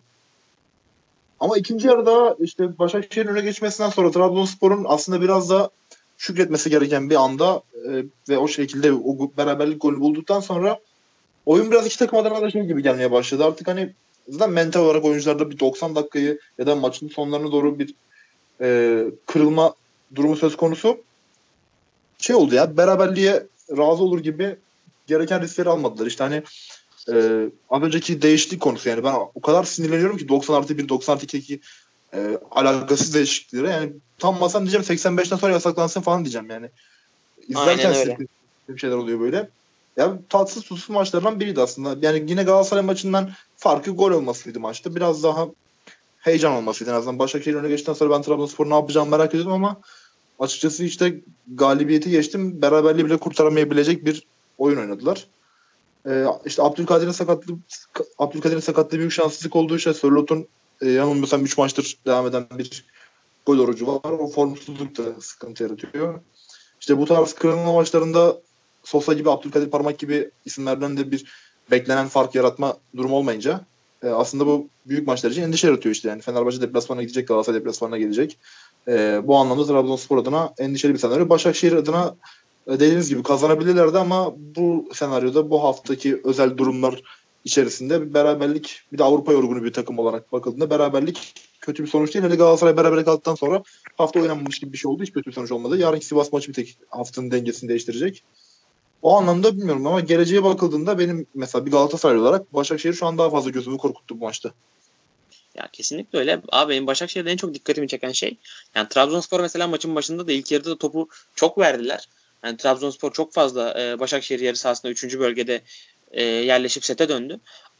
Ama ikinci yarıda işte Başakşehir'in öne geçmesinden sonra Trabzonspor'un aslında biraz da şükretmesi gereken bir anda ve o şekilde o beraberlik golü bulduktan sonra oyun biraz iki takım adına da şey gibi gelmeye başladı. Artık hani zaten mental olarak oyuncularda bir 90 dakikayı ya da maçın sonlarına doğru bir kırılma durumu söz konusu. Şey oldu ya, beraberliğe razı olur gibi gereken riskleri almadılar. İşte hani az önceki değişiklik konusu, yani ben o kadar sinirleniyorum ki 90+1 90+2 alakasız değişikliklere. Yani tam masam diyeceğim 85'ten sonra yasaklansın falan diyeceğim yani. Aynen İzlerken öyle. bir şeyler oluyor böyle. Ya tatsız tuzsuz maçlardan biriydi aslında. Yani yine Galatasaray maçından farkı gol olmasıydı maçta. Biraz daha heyecan olmasıydı en azından. Başakşehir öne geçtikten sonra ben Trabzonspor ne yapacağımı merak ediyordum ama açıkçası işte galibiyeti geçtim. Beraberliği bile kurtaramayabilecek bir oyun oynadılar. İşte Abdülkadir'in sakatlığı büyük şanssızlık olduğu için Sörlot'un yanılmıyorsam 3 maçtır devam eden bir gol orucu var. O formsuzluk da sıkıntı yaratıyor. İşte bu tarz kırılma maçlarında Sosa gibi, Abdülkadir Parmak gibi isimlerden de bir beklenen fark yaratma durumu olmayınca aslında bu büyük maçlar için endişe yaratıyor işte. Yani Fenerbahçe deplasmana gidecek, Galatasaray deplasmana gelecek. Bu anlamda Trabzonspor adına endişeli bir senaryo. Başakşehir adına dediğiniz gibi kazanabilirlerdi ama bu senaryoda bu haftaki özel durumlar içerisinde bir beraberlik, bir de Avrupa yorgunu bir takım olarak bakıldığında beraberlik kötü bir sonuç değil. Hele Galatasaray berabere kaldıktan sonra hafta oynanmamış gibi bir şey oldu. Hiç kötü bir sonuç olmadı. Yarınki Sivas maçı bir tek haftanın dengesini değiştirecek. O anlamda bilmiyorum ama geleceğe bakıldığında benim mesela bir Galatasaray olarak Başakşehir şu an daha fazla gözümü korkuttu bu maçta. Ya kesinlikle öyle. Abi benim Başakşehir'de en çok dikkatimi çeken şey yani Trabzonspor mesela maçın başında da ilk yarıda da topu çok verdiler. Yani Trabzonspor çok fazla Başakşehir yarı sahasında 3. bölgede yerleşip sete döndü.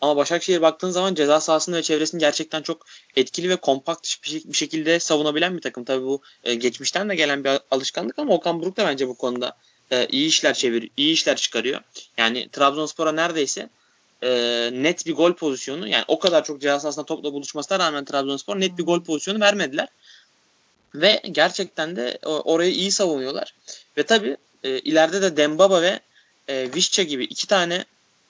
Ama Başakşehir baktığın zaman ceza sahasını ve çevresini gerçekten çok etkili ve kompakt bir şekilde savunabilen bir takım. Tabii bu geçmişten de gelen bir alışkanlık ama Okan Buruk da bence bu konuda iyi işler iyi işler çıkarıyor. Yani Trabzonspor'a neredeyse net bir gol pozisyonu, yani o kadar çok ceza sahasında topla buluşmasına rağmen Trabzonspor net bir gol pozisyonu vermediler. Ve gerçekten de orayı iyi savunuyorlar. Ve tabii ileride de Dembaba ve Visca gibi iki tane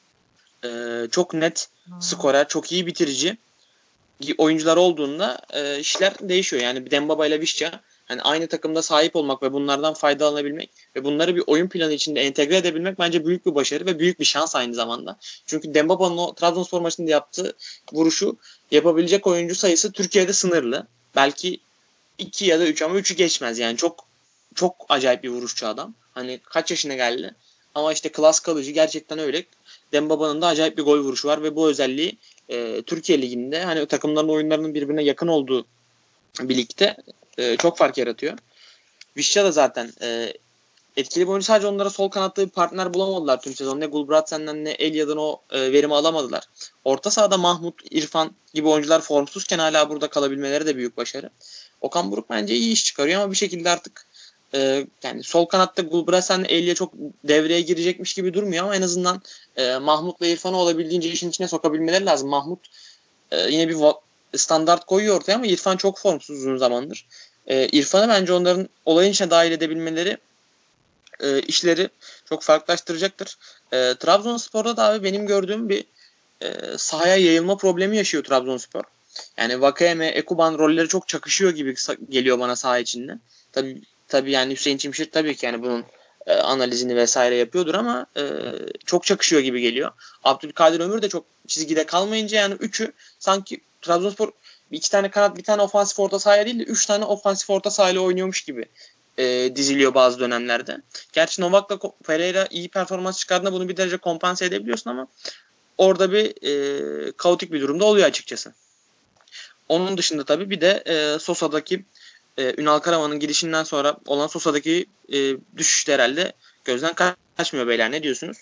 çok net skorer, çok iyi bitirici oyuncular olduğunda işler değişiyor. Yani Dembaba ile Visca hani aynı takımda sahip olmak ve bunlardan faydalanabilmek ve bunları bir oyun planı içinde entegre edebilmek bence büyük bir başarı ve büyük bir şans aynı zamanda. Çünkü Dembaba'nın o Trabzonspor maçında yaptığı vuruşu yapabilecek oyuncu sayısı Türkiye'de sınırlı. Belki 2 ya da 3 ama 3'ü geçmez. Yani çok çok acayip bir vuruşçu adam. Hani kaç yaşına geldi ama işte klas kalıcı, gerçekten öyle. Dembaba'nın da acayip bir gol vuruşu var ve bu özelliği Türkiye Ligi'nde hani takımların oyunlarının birbirine yakın olduğu bir ligde çok fark yaratıyor. Vişça da zaten etkili bir oyuncu, sadece onlara sol kanatta bir partner bulamadılar tüm sezon. Ne Gulbratsen'den ne Elya'dan o verimi alamadılar. Orta sahada Mahmut, İrfan gibi oyuncular formsuzken hala burada kalabilmeleri de büyük başarı. Okan Buruk bence iyi iş çıkarıyor ama bir şekilde artık yani sol kanatta Gulbratsen'le Elya çok devreye girecekmiş gibi durmuyor ama en azından Mahmut'la İrfan'ı olabildiğince işin içine sokabilmeleri lazım. Mahmut yine bir standart koyuyor ortaya ama İrfan çok formsuz uzun zamandır. İrfan'ı bence onların olayın içine dahil edebilmeleri işleri çok farklılaştıracaktır. Trabzonspor'da da abi benim gördüğüm bir sahaya yayılma problemi yaşıyor Trabzonspor. Yani Vakayeme, Ekuban rolleri çok çakışıyor gibi geliyor bana saha içinde. Tabii yani Hüseyin Çimşir tabii ki yani bunun analizini vesaire yapıyordur ama çok çakışıyor gibi geliyor. Abdülkadir Ömür de çok çizgide kalmayınca yani üçü sanki Trabzonspor iki tane kanat bir tane ofansif orta sahaya değil de 3 tane ofansif orta sahayla oynuyormuş gibi diziliyor bazı dönemlerde. Gerçi Novak'la Pereira iyi performans çıkardığında bunu bir derece kompanse edebiliyorsun ama orada bir kaotik bir durumda oluyor açıkçası. Onun dışında tabii bir de Sosa'daki Ünal Karaman'ın gidişinden sonra olan Sosa'daki düşüş de herhalde gözden kaçmıyor beyler. Ne diyorsunuz?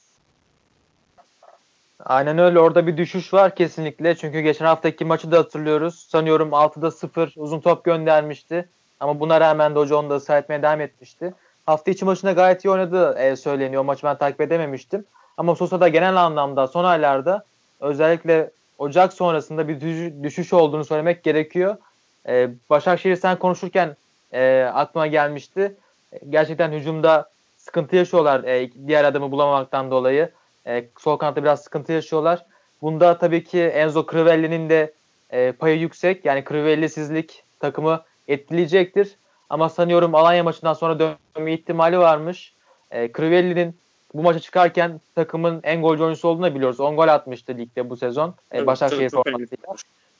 Aynen öyle. Orada bir düşüş var kesinlikle. Çünkü geçen haftaki maçı da hatırlıyoruz. Sanıyorum 6'da 0 uzun top göndermişti. Ama buna rağmen de hoca onu da ısrar etmeye devam etmişti. Hafta içi maçında gayet iyi oynadığı söyleniyor. Maçı ben takip edememiştim. Ama Sosa'da genel anlamda son aylarda özellikle Ocak sonrasında bir düşüş olduğunu söylemek gerekiyor. Başakşehir sen konuşurken aklıma gelmişti. Gerçekten hücumda sıkıntı yaşıyorlar diğer adamı bulamamaktan dolayı. Sol kanatta biraz sıkıntı yaşıyorlar. Bunda tabii ki Enzo Crivelli'nin de payı yüksek. Yani Crivelli'sizlik takımı etkileyecektir. Ama sanıyorum Alanya maçından sonra dönme ihtimali varmış. Crivelli'nin bu maça çıkarken takımın en golcü oyuncusu olduğunu da biliyoruz. 10 gol atmıştı ligde bu sezon. Başakşehir formasıyla.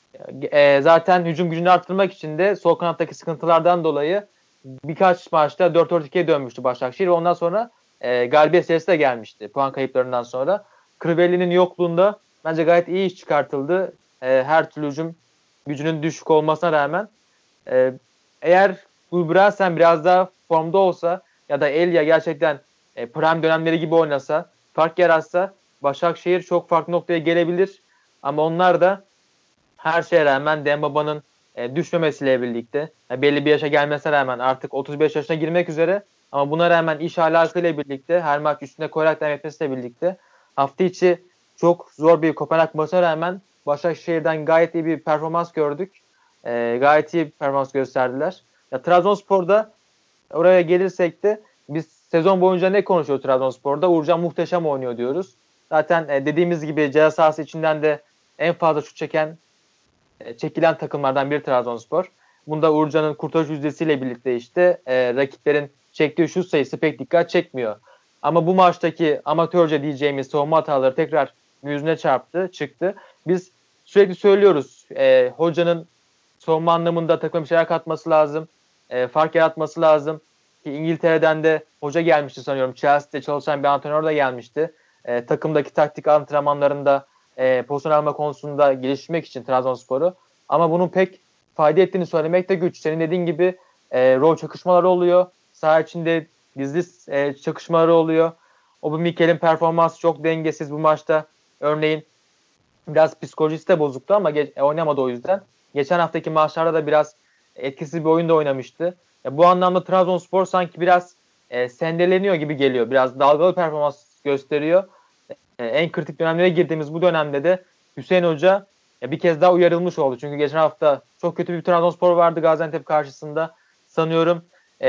Zaten hücum gücünü arttırmak için de sol kanattaki sıkıntılardan dolayı birkaç maçta 4-4-2'ye dönmüştü Başakşehir. Ondan sonra galibiyet serisi de gelmişti puan kayıplarından sonra. Crivelli'nin yokluğunda bence gayet iyi iş çıkartıldı. Her türlü hücum gücünün düşük olmasına rağmen. Eğer Gulbrandsen biraz daha formda olsa ya da Elia gerçekten prime dönemleri gibi oynasa, fark yaratsa Başakşehir çok farklı noktaya gelebilir. Ama onlar da her şeye rağmen Dembaba'nın düşmemesiyle birlikte belli bir yaşa gelmesine rağmen artık 35 yaşına girmek üzere ama buna rağmen iş ahlakıyla birlikte her maç üstüne koyarak devam etmesiyle birlikte hafta içi çok zor bir Kopenhag maçına rağmen Başakşehir'den gayet iyi bir performans gördük. Gayet iyi bir performans gösterdiler. Ya Trabzonspor'da oraya gelirsek de biz sezon boyunca ne konuşuyoruz Trabzonspor'da? Uğurcan muhteşem oynuyor diyoruz. Zaten dediğimiz gibi ceza sahası içinden de en fazla şut çekilen takımlardan biri Trabzonspor. Bunda Uğurcan'ın kurtarış yüzdesiyle birlikte işte rakiplerin çektiği şut sayısı pek dikkat çekmiyor. Ama bu maçtaki amatörce diyeceğimiz savunma hataları tekrar yüzüne çıktı. Biz sürekli söylüyoruz hocanın savunma anlamında takıma bir şeyler katması lazım. Fark yaratması lazım. Ki İngiltere'den de hoca gelmişti sanıyorum. Chelsea'de çalışan bir antrenör de gelmişti. Takımdaki taktik antrenmanlarında pozisyon alma konusunda geliştirmek için Trabzonspor'u. Ama bunun pek fayda ettiğini söylemek de güç. Senin dediğin gibi rol çakışmaları oluyor. Saha içinde gizli çakışmaları oluyor. Mikel'in performansı çok dengesiz bu maçta. Örneğin Biraz psikolojisi de bozuktu ama oynamadı o yüzden. Geçen haftaki maçlarda da biraz etkisiz bir oyun da oynamıştı. Bu anlamda Trabzonspor sanki biraz sendeleniyor gibi geliyor. Biraz dalgalı performans gösteriyor. En kritik dönemlere girdiğimiz bu dönemde de Hüseyin Hoca bir kez daha uyarılmış oldu. Çünkü geçen hafta çok kötü bir Trabzonspor vardı Gaziantep karşısında. Sanıyorum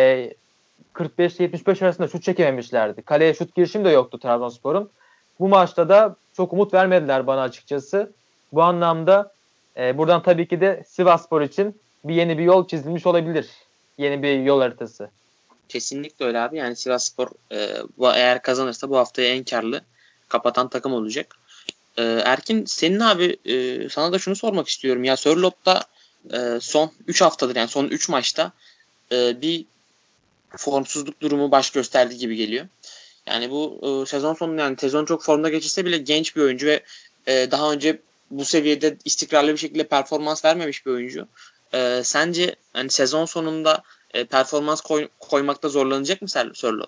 45-75 arasında şut çekememişlerdi. Kaleye şut girişim de yoktu Trabzonspor'un. Bu maçta da çok umut vermediler bana açıkçası. Bu anlamda buradan tabii ki de Sivasspor için yeni bir yol çizilmiş olabilir. Yeni bir yol haritası. Kesinlikle öyle abi. Yani Sivasspor eğer kazanırsa bu haftayı en karlı kapatan takım olacak. Erkin senin abi sana da şunu sormak istiyorum. Ya Sörlot'ta son 3 haftadır yani son 3 maçta bir formsuzluk durumu baş gösterdi gibi geliyor. Yani bu sezon sonu yani sezon çok formda geçirse bile genç bir oyuncu ve daha önce bu seviyede istikrarlı bir şekilde performans vermemiş bir oyuncu. Sence hani sezon sonunda performans koymakta zorlanacak mı Sörloth?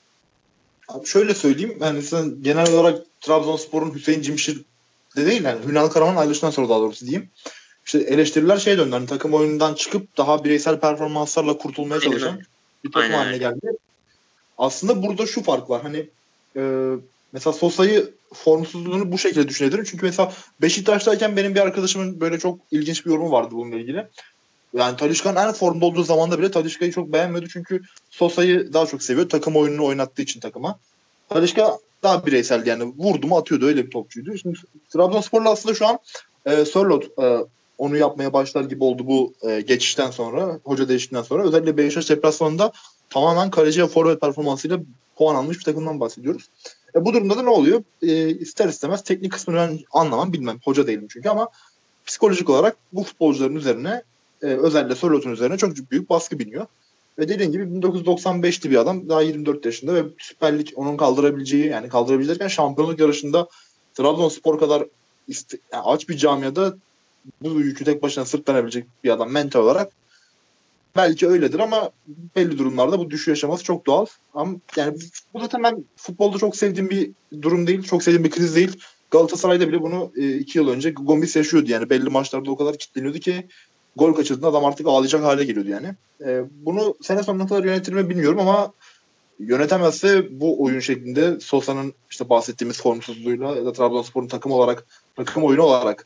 Abi şöyle söyleyeyim. Yani sen genel olarak Trabzonspor'un Hüseyin Cimşir de değil yani Ünal Karaman'ın ayrılışından sonra daha doğrusu diyeyim. İşte eleştiriler şey döndü. Hani takım oyunundan çıkıp daha bireysel performanslarla kurtulmaya Aynen çalışan öyle. bir takım Aynen haline öyle. geldi. Aslında burada şu fark var. Hani mesela Sosa'yı formsuzluğunu bu şekilde düşünebilirim. Çünkü mesela Beşiktaş'tayken benim bir arkadaşımın böyle çok ilginç bir yorumu vardı bununla ilgili. Yani Talisca'nın en formda olduğu zamanda bile Talisca'yı çok beğenmiyordu. Çünkü Sosa'yı daha çok seviyor. Takım oyununu oynattığı için takıma. Talisca daha bireyseldi yani. Vurdu mu atıyordu. Öyle bir topçuydu. Şimdi Trabzonspor'la aslında şu an Sörloth onu yapmaya başlar gibi oldu bu geçişten sonra. Hoca değişikliğinden sonra. Özellikle Beşiktaş deplasmanında tamamen kaleci ve forvet performansıyla puan almış bir takımdan bahsediyoruz. Bu durumda da ne oluyor? İster istemez teknik kısmını ben anlamam bilmem. Hoca değilim çünkü ama psikolojik olarak bu futbolcuların üzerine özellikle Sörloth'un üzerine çok büyük baskı biniyor. Ve dediğin gibi 1995'li bir adam daha 24 yaşında ve Süper Lig onun kaldırabileceği yani kaldırabileceği derken şampiyonluk yarışında Trabzonspor kadar yani aç bir camiada bu yükü tek başına sırtlanabilecek bir adam mental olarak belki öyledir ama belli durumlarda bu düşüş yaşaması çok doğal. Ama yani bu zaten ben futbolda çok sevdiğim bir durum değil. Çok sevdiğim bir kriz değil. Galatasaray'da bile bunu 2 yıl önce Gomis yaşıyordu yani. Belli maçlarda o kadar kilitleniyordu ki gol kaçırdığında adam artık ağlayacak hale geliyordu yani. Bunu sene sonuna kadar yönetir mi bilmiyorum ama yönetemezse bu oyun şeklinde Sosa'nın işte bahsettiğimiz formsuzluğuyla ya da Trabzonspor'un takım oyunu olarak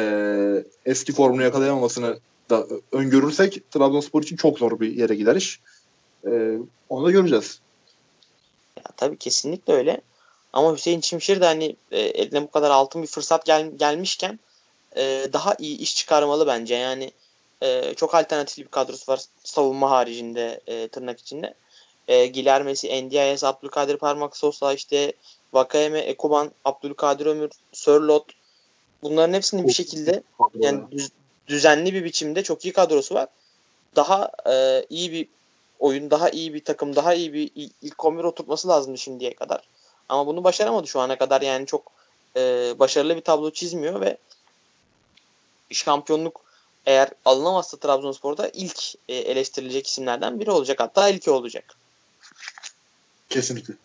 eski formunu yakalayamamasını da öngörürsek Trabzonspor için çok zor bir yere gider iş. Onu da göreceğiz. Ya, tabii kesinlikle öyle. Ama Hüseyin Çimşir de hani eline bu kadar altın bir fırsat gelmişken daha iyi iş çıkarmalı bence. Yani çok alternatif bir kadrosu var savunma haricinde tırnak içinde. Gilermesi, Ndiaye, Abdülkadir Parmak, Sosa, işte Vakayeme, Ekuban, Abdülkadir Ömür, Sörloth. Bunların hepsinin bir şekilde yani düzenli bir biçimde çok iyi kadrosu var. Daha iyi bir oyun, daha iyi bir takım, daha iyi bir ilk 11 oturtması lazımdı şimdiye kadar. Ama bunu başaramadı şu ana kadar. Yani çok başarılı bir tablo çizmiyor ve şampiyonluk eğer alınamazsa Trabzonspor'da ilk eleştirilecek isimlerden biri olacak. Hatta ilki olacak. Kesinlikle.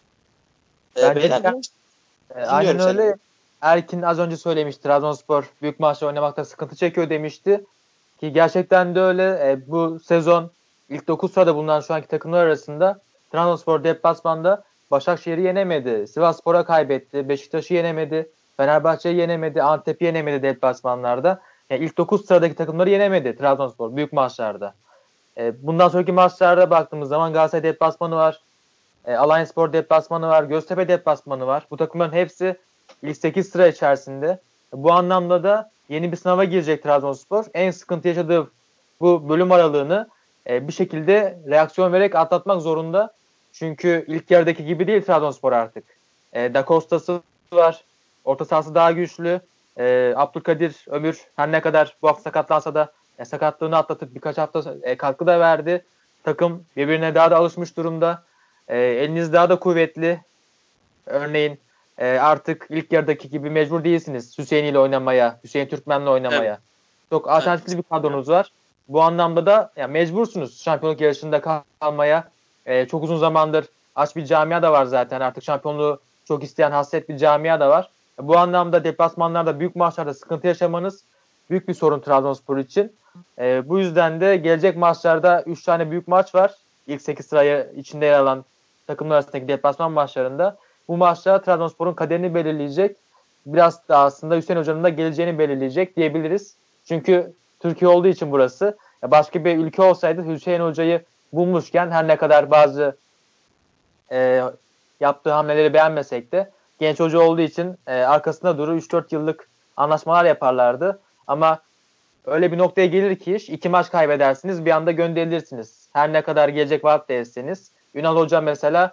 Bence Beyler aynen dinliyorum seni. öyle. Erkin az önce söylemişti. Trabzonspor büyük maçta oynamakta sıkıntı çekiyor demişti. Ki gerçekten de öyle. Bu sezon ilk 9 sırada bulunan şu anki takımlar arasında Trabzonspor deplasmanda Başakşehir'i yenemedi. Sivasspor'a kaybetti. Beşiktaş'ı yenemedi. Fenerbahçe'yi yenemedi. Antep'i yenemedi deplasmanlarda. Yani ilk 9 sıradaki takımları yenemedi Trabzonspor büyük maçlarda. Bundan sonraki maçlarda baktığımız zaman Galatasaray deplasmanı var. Alanyaspor deplasmanı var. Göztepe deplasmanı var. Bu takımların hepsi ilk 8 sıra içerisinde. Bu anlamda da yeni bir sınava girecek Trabzonspor. En sıkıntı yaşadığı bu bölüm aralığını bir şekilde reaksiyon vererek atlatmak zorunda. Çünkü ilk yarıdaki gibi değil Trabzonspor artık. Da Costa'sı var. Orta sahası daha güçlü. Abdülkadir Ömür her ne kadar bu hafta sakatlansa da sakatlığını atlatıp birkaç hafta katkı da verdi. Takım birbirine daha da alışmış durumda. Eliniz daha da kuvvetli. Örneğin artık ilk yarıdaki gibi mecbur değilsiniz Hüseyin ile oynamaya, Hüseyin Türkmen'le Tabii. oynamaya. Çok Tabii. alternatifli bir kadronuz var. Bu anlamda da yani mecbursunuz şampiyonluk yarışında kalmaya. Çok uzun zamandır aç bir camia da var zaten. Artık şampiyonluğu çok isteyen hasret bir camia da var. Bu anlamda deplasmanlarda, büyük maçlarda sıkıntı yaşamanız büyük bir sorun Trabzonspor için. Bu yüzden de gelecek maçlarda 3 tane büyük maç var. İlk 8 sırayı içinde yer alan takımlar arasındaki deplasman maçlarında. Bu maçlar Trabzonspor'un kaderini belirleyecek. Biraz da aslında Hüseyin Hoca'nın da geleceğini belirleyecek diyebiliriz. Çünkü Türkiye olduğu için burası. Başka bir ülke olsaydı Hüseyin Hoca'yı bulmuşken her ne kadar bazı yaptığı hamleleri beğenmesek de genç hoca olduğu için arkasında durur 3-4 yıllık anlaşmalar yaparlardı. Ama öyle bir noktaya gelir ki iş 2 maç kaybedersiniz bir anda gönderilirsiniz. Her ne kadar gelecek vaat de etseniz. Ünal Hoca mesela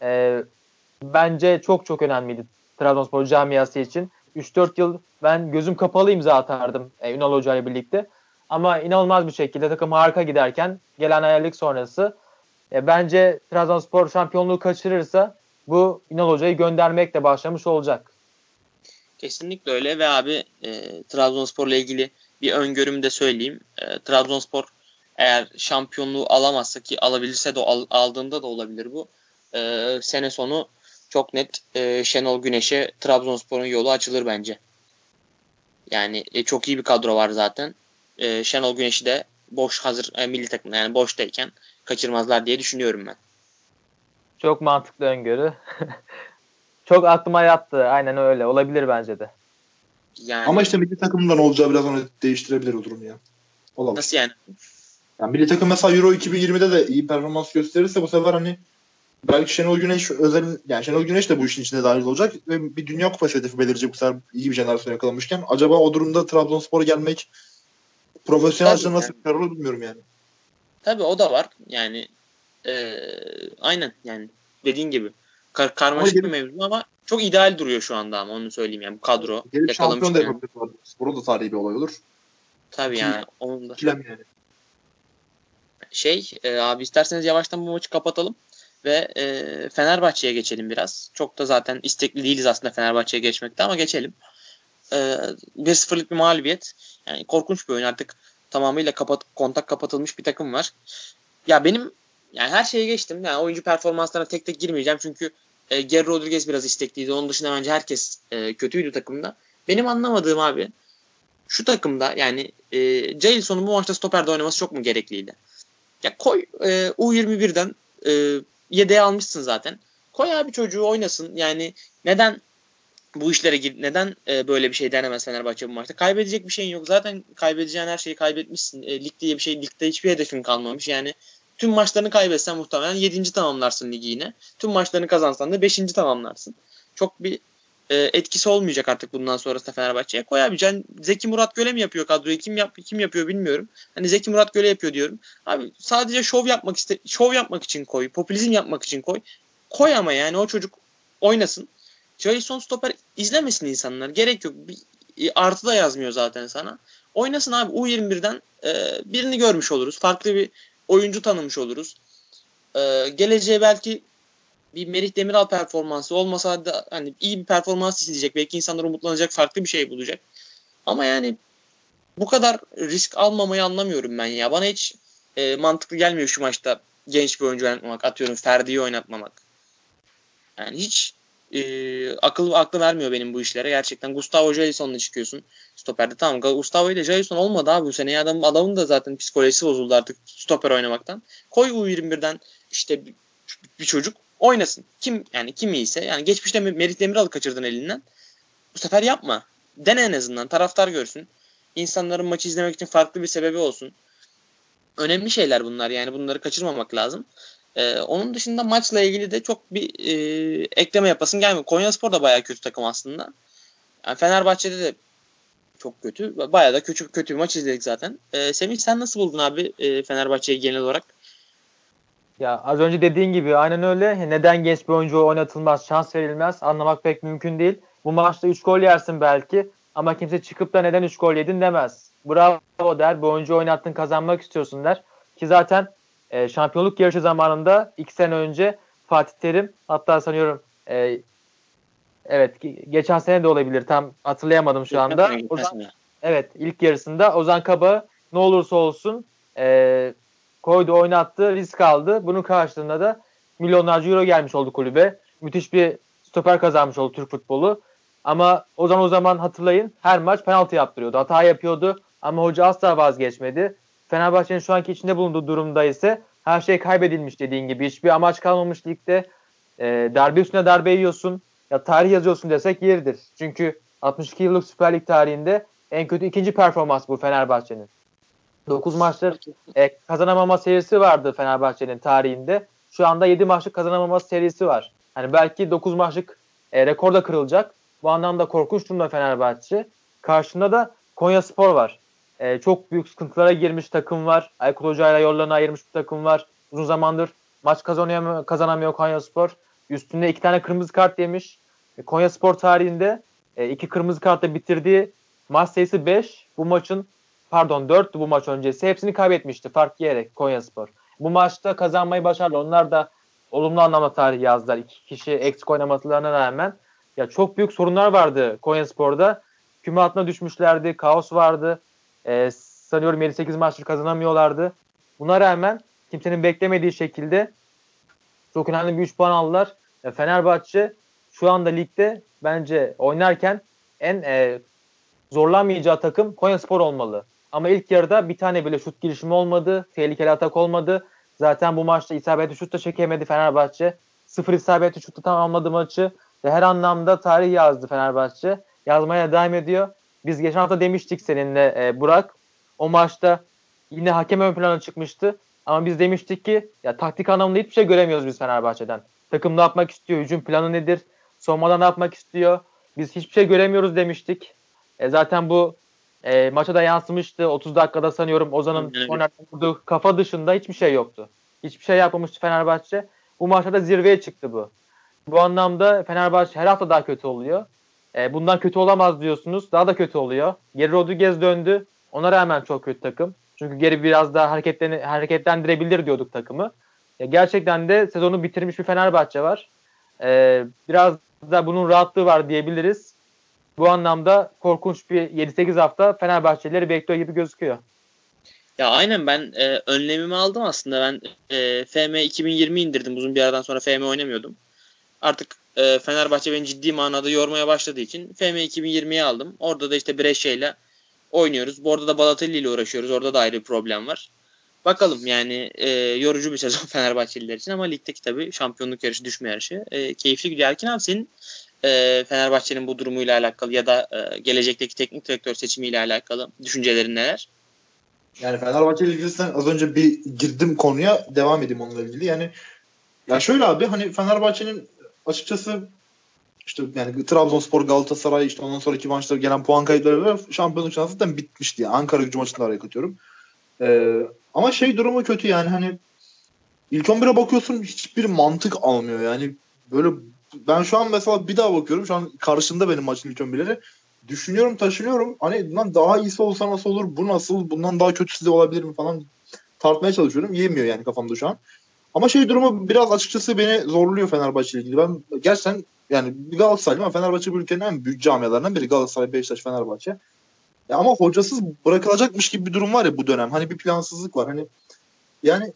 bence çok çok önemliydi Trabzonspor camiası için. 3-4 yıl ben gözüm kapalı imza atardım Ünal Hoca ile birlikte. Ama inanılmaz bir şekilde takım harika giderken gelen ayarlık sonrası bence Trabzonspor şampiyonluğu kaçırırsa bu Ünal Hoca'yı göndermekle başlamış olacak. Kesinlikle öyle ve abi Trabzonspor'la ilgili bir öngörümü de söyleyeyim. Trabzonspor eğer şampiyonluğu alamazsa ki alabilirse de aldığında da olabilir bu. Sene sonu çok net Şenol Güneş'e Trabzonspor'un yolu açılır bence. Yani çok iyi bir kadro var zaten. Şenol Güneş'i de boş hazır milli takımda yani boştayken kaçırmazlar diye düşünüyorum ben. Çok mantıklı öngörü. Çok aklıma yattı. Aynen öyle. Olabilir bence de. Yani Ama işte milli takımdan olacağı biraz onu değiştirebilir o durum ya. Olabilir. nasıl yani? Yani milli takım mesela Euro 2020'de de iyi performans gösterirse bu sefer hani belki Şenol Güneş yani Şenol Güneş de bu işin içine dahil olacak ve bir Dünya Kupası hedefi belirecek bu sefer iyi bir jenerasyon yakalamışken acaba o durumda Trabzonspor'a gelmek profesyonel Tabii açıdan nasıl yani. bir karar olur bilmiyorum yani. Tabii o da var. Yani aynen yani dediğin gibi Ama karmaşık bir gelip, mevzu ama çok ideal duruyor şu anda ama onu söyleyeyim yani bu kadro gelip şampiyon da yakalamışken. yapabilir Trabzonspor. O da tarihi bir olay olur. Tabii İki, yani onun da ikilem yani. abi isterseniz yavaştan bu maçı kapatalım ve Fenerbahçe'ye geçelim biraz. Çok da zaten istekli değiliz aslında Fenerbahçe'ye geçmekte ama geçelim. 1-0'lık bir mağlubiyet. Yani korkunç bir oyun artık tamamıyla kontak kapatılmış bir takım var. Ya benim yani her şeye geçtim. Yani oyuncu performanslarına tek tek girmeyeceğim çünkü Geri Rodriguez biraz istekliydi. Onun dışında bence herkes kötüydü takımda. Benim anlamadığım abi şu takımda yani Jailson'un bu maçta stoperde oynaması çok mu gerekliydi? Ya koy U21'den yedeğe almışsın zaten. Koy abi çocuğu oynasın. Yani neden bu işlere neden böyle bir şey denemez Fenerbahçe bu maçta? Kaybedecek bir şeyin yok. Zaten kaybedeceğin her şeyi kaybetmişsin. Lig diye bir şey, ligde hiçbir hedefin kalmamış. Yani tüm maçlarını kaybetsen muhtemelen 7. tamamlarsın ligi yine. Tüm maçlarını kazansan da 5. tamamlarsın. Çok bir etkisi olmayacak artık bundan sonrasında Fenerbahçe'ye. Koy abi Zeki Murat Göle mi yapıyor kadroyu? Kim yapıyor bilmiyorum. Hani Zeki Murat Göle yapıyor diyorum. Abi sadece şov yapmak için koy. Popülizm yapmak için koy. Koy ama yani o çocuk oynasın. Jason Stopper izlemesin insanlar. Gerek yok. Artı da yazmıyor zaten sana. Oynasın abi U21'den birini görmüş oluruz. Farklı bir oyuncu tanımış oluruz. Geleceğe belki bir Merih Demiral performansı olmasa da hani iyi bir performans isteyecek. Belki insanlar umutlanacak farklı bir şey bulacak. Ama yani bu kadar risk almamayı anlamıyorum ben ya. Bana hiç mantıklı gelmiyor şu maçta genç bir oyuncu oynatmamak. Atıyorum Ferdi'yi oynatmamak. Yani hiç aklı vermiyor benim bu işlere. Gerçekten Gustavo Jason'la çıkıyorsun. Stoperde tamam. Gustavo ile Jason olmadı abi bu sene. Ya adamın da zaten psikolojisi bozuldu artık stoper oynamaktan. Koy U21'den işte bir çocuk oynasın. Kim iyiyse yani geçmişte Merih Demiral'ı kaçırdın elinden. Bu sefer yapma. Dene en azından. Taraftar görsün. İnsanların maçı izlemek için farklı bir sebebi olsun. Önemli şeyler bunlar yani bunları kaçırmamak lazım. Onun dışında maçla ilgili de çok bir ekleme yapasın gelmiyor. Konyaspor da bayağı kötü takım aslında. Yani Fenerbahçe'de de çok kötü. Bayağı da kötü bir maç izledik zaten. Semih sen nasıl buldun abi Fenerbahçe'yi genel olarak? Ya az önce dediğin gibi aynen öyle. Neden genç bir oyuncu oynatılmaz, şans verilmez anlamak pek mümkün değil. Bu maçta 3 gol yersin belki ama kimse çıkıp da neden 3 gol yedin demez. Bravo der, bu oyuncu oynattın kazanmak istiyorsun der. Ki zaten şampiyonluk yarışı zamanında 2 sene önce Fatih Terim hatta sanıyorum evet geçen sene de olabilir tam hatırlayamadım şu Geçen anda. sene geçen sene. Evet ilk yarısında Ozan Kabak'ı ne olursa olsun koydu oynattı risk aldı. Bunun karşılığında da milyonlarca euro gelmiş oldu kulübe. Müthiş bir stoper kazanmış oldu Türk futbolu. Ama o zaman hatırlayın her maç penaltı yaptırıyordu. Hata yapıyordu ama hoca asla vazgeçmedi. Fenerbahçe'nin şu anki içinde bulunduğu durumda ise her şey kaybedilmiş dediğin gibi. Hiçbir amaç kalmamış ligde. Darbe üstüne darbe yiyorsun. Ya tarih yazıyorsun desek yeridir. Çünkü 62 yıllık Süper Lig tarihinde en kötü ikinci performans bu Fenerbahçe'nin. 9 maçtır kazanamama serisi vardı Fenerbahçe'nin tarihinde. Şu anda 7 maçlık kazanamama serisi var. Hani belki 9 maçlık rekor da kırılacak. Bu anlamda korkunç durumda Fenerbahçe. Karşında da Konyaspor var. Çok büyük sıkıntılara girmiş takım var. Aykut Hoca'yla yollarını ayırmış bir takım var. Uzun zamandır maç kazanamıyor Konyaspor. Üstünde 2 tane kırmızı kart yemiş. Konyaspor tarihinde 2 kırmızı kartla bitirdiği maç sayısı 5. Bu maçın 4'tü bu maç öncesi. Hepsini kaybetmişti fark yiyerek Konyaspor. Bu maçta kazanmayı başardı. Onlar da olumlu anlamda tarih yazdılar. 2 kişi eksik oynamasılarına rağmen. Ya çok büyük sorunlar vardı Konyaspor'da. Küme altına düşmüşlerdi. Kaos vardı. Sanıyorum 7-8 maçtır kazanamıyorlardı. Buna rağmen kimsenin beklemediği şekilde çok önemli bir 3 puan aldılar. Fenerbahçe şu anda ligde bence oynarken en zorlanmayacağı takım Konyaspor olmalı. Ama ilk yarıda bir tane bile şut girişimi olmadı. Tehlikeli atak olmadı. Zaten bu maçta isabetli şut da çekemedi Fenerbahçe. 0 isabetli şutla tamamladı maçı. Ve her anlamda tarih yazdı Fenerbahçe. Yazmaya devam ediyor. Biz geçen hafta demiştik seninle Burak. O maçta yine hakem ön plana çıkmıştı. Ama biz demiştik ki ya taktik anlamında hiçbir şey göremiyoruz biz Fenerbahçe'den. Takım ne yapmak istiyor? Hücum planı nedir? Savunmada ne yapmak istiyor? Biz hiçbir şey göremiyoruz demiştik. Zaten bu maça da yansımıştı. 30 dakikada sanıyorum Ozan'ın kornerden vurduğu kafa dışında hiçbir şey yoktu. Hiçbir şey yapmamıştı Fenerbahçe. Bu maçta da zirveye çıktı bu. Bu anlamda Fenerbahçe her hafta daha kötü oluyor. Bundan kötü olamaz diyorsunuz. Daha da kötü oluyor. Geri Rodriguez döndü. Ona rağmen çok kötü takım. Çünkü geri biraz daha hareketlendirebilir diyorduk takımı. Gerçekten de sezonu bitirmiş bir Fenerbahçe var. Biraz da bunun rahatlığı var diyebiliriz. Bu anlamda korkunç bir 7-8 hafta Fenerbahçelileri bekliyor gibi gözüküyor. Ya aynen ben önlemimi aldım aslında. Ben FM 2020 indirdim. Uzun bir aradan sonra FM oynamıyordum. Artık Fenerbahçe beni ciddi manada yormaya başladığı için FM 2020'ye aldım. Orada da işte Brescia ile oynuyoruz. Bu arada da Balotelli ile uğraşıyoruz. Orada da ayrı bir problem var. Bakalım yani yorucu bir sezon Fenerbahçeliler için ama ligdeki tabii şampiyonluk yarışı, düşme yarışı keyifli gidiyor. Erkin abi senin Fenerbahçe'nin bu durumuyla alakalı ya da gelecekteki teknik direktör seçimiyle alakalı düşüncelerin neler? Yani Fenerbahçe ile ilgili sen az önce bir girdim konuya, devam edeyim onunla ilgili. Yani ya şöyle abi, hani Fenerbahçe'nin açıkçası işte yani Trabzonspor, Galatasaray, işte ondan sonraki maçlara gelen puan kayıplarıyla şampiyonluk şansı zaten bitmişti. Yani Ankara Gücü maçını da araya katıyorum. Ama şey durumu kötü yani, hani ilk 11'e bakıyorsun hiçbir mantık almıyor. Yani böyle ben şu an mesela bir daha bakıyorum. Şu an karşımda benim maçın ilk 11'leri. Düşünüyorum, taşınıyorum. Hani bundan daha iyisi olsa nasıl olur? Bu nasıl? Bundan daha kötüsü de olabilir mi falan tartmaya çalışıyorum. Yemiyor yani kafamda şu an. Ama şey durumu biraz açıkçası beni zorluyor Fenerbahçe ile ilgili. Ben gerçekten yani bir Galatasaraylıyım ama Fenerbahçe bu ülkenin en büyük camialarından biri. Galatasaray, Beşiktaş, Fenerbahçe. Ya ama hocasız bırakılacakmış gibi bir durum var ya bu dönem. Hani bir plansızlık var. Hani yani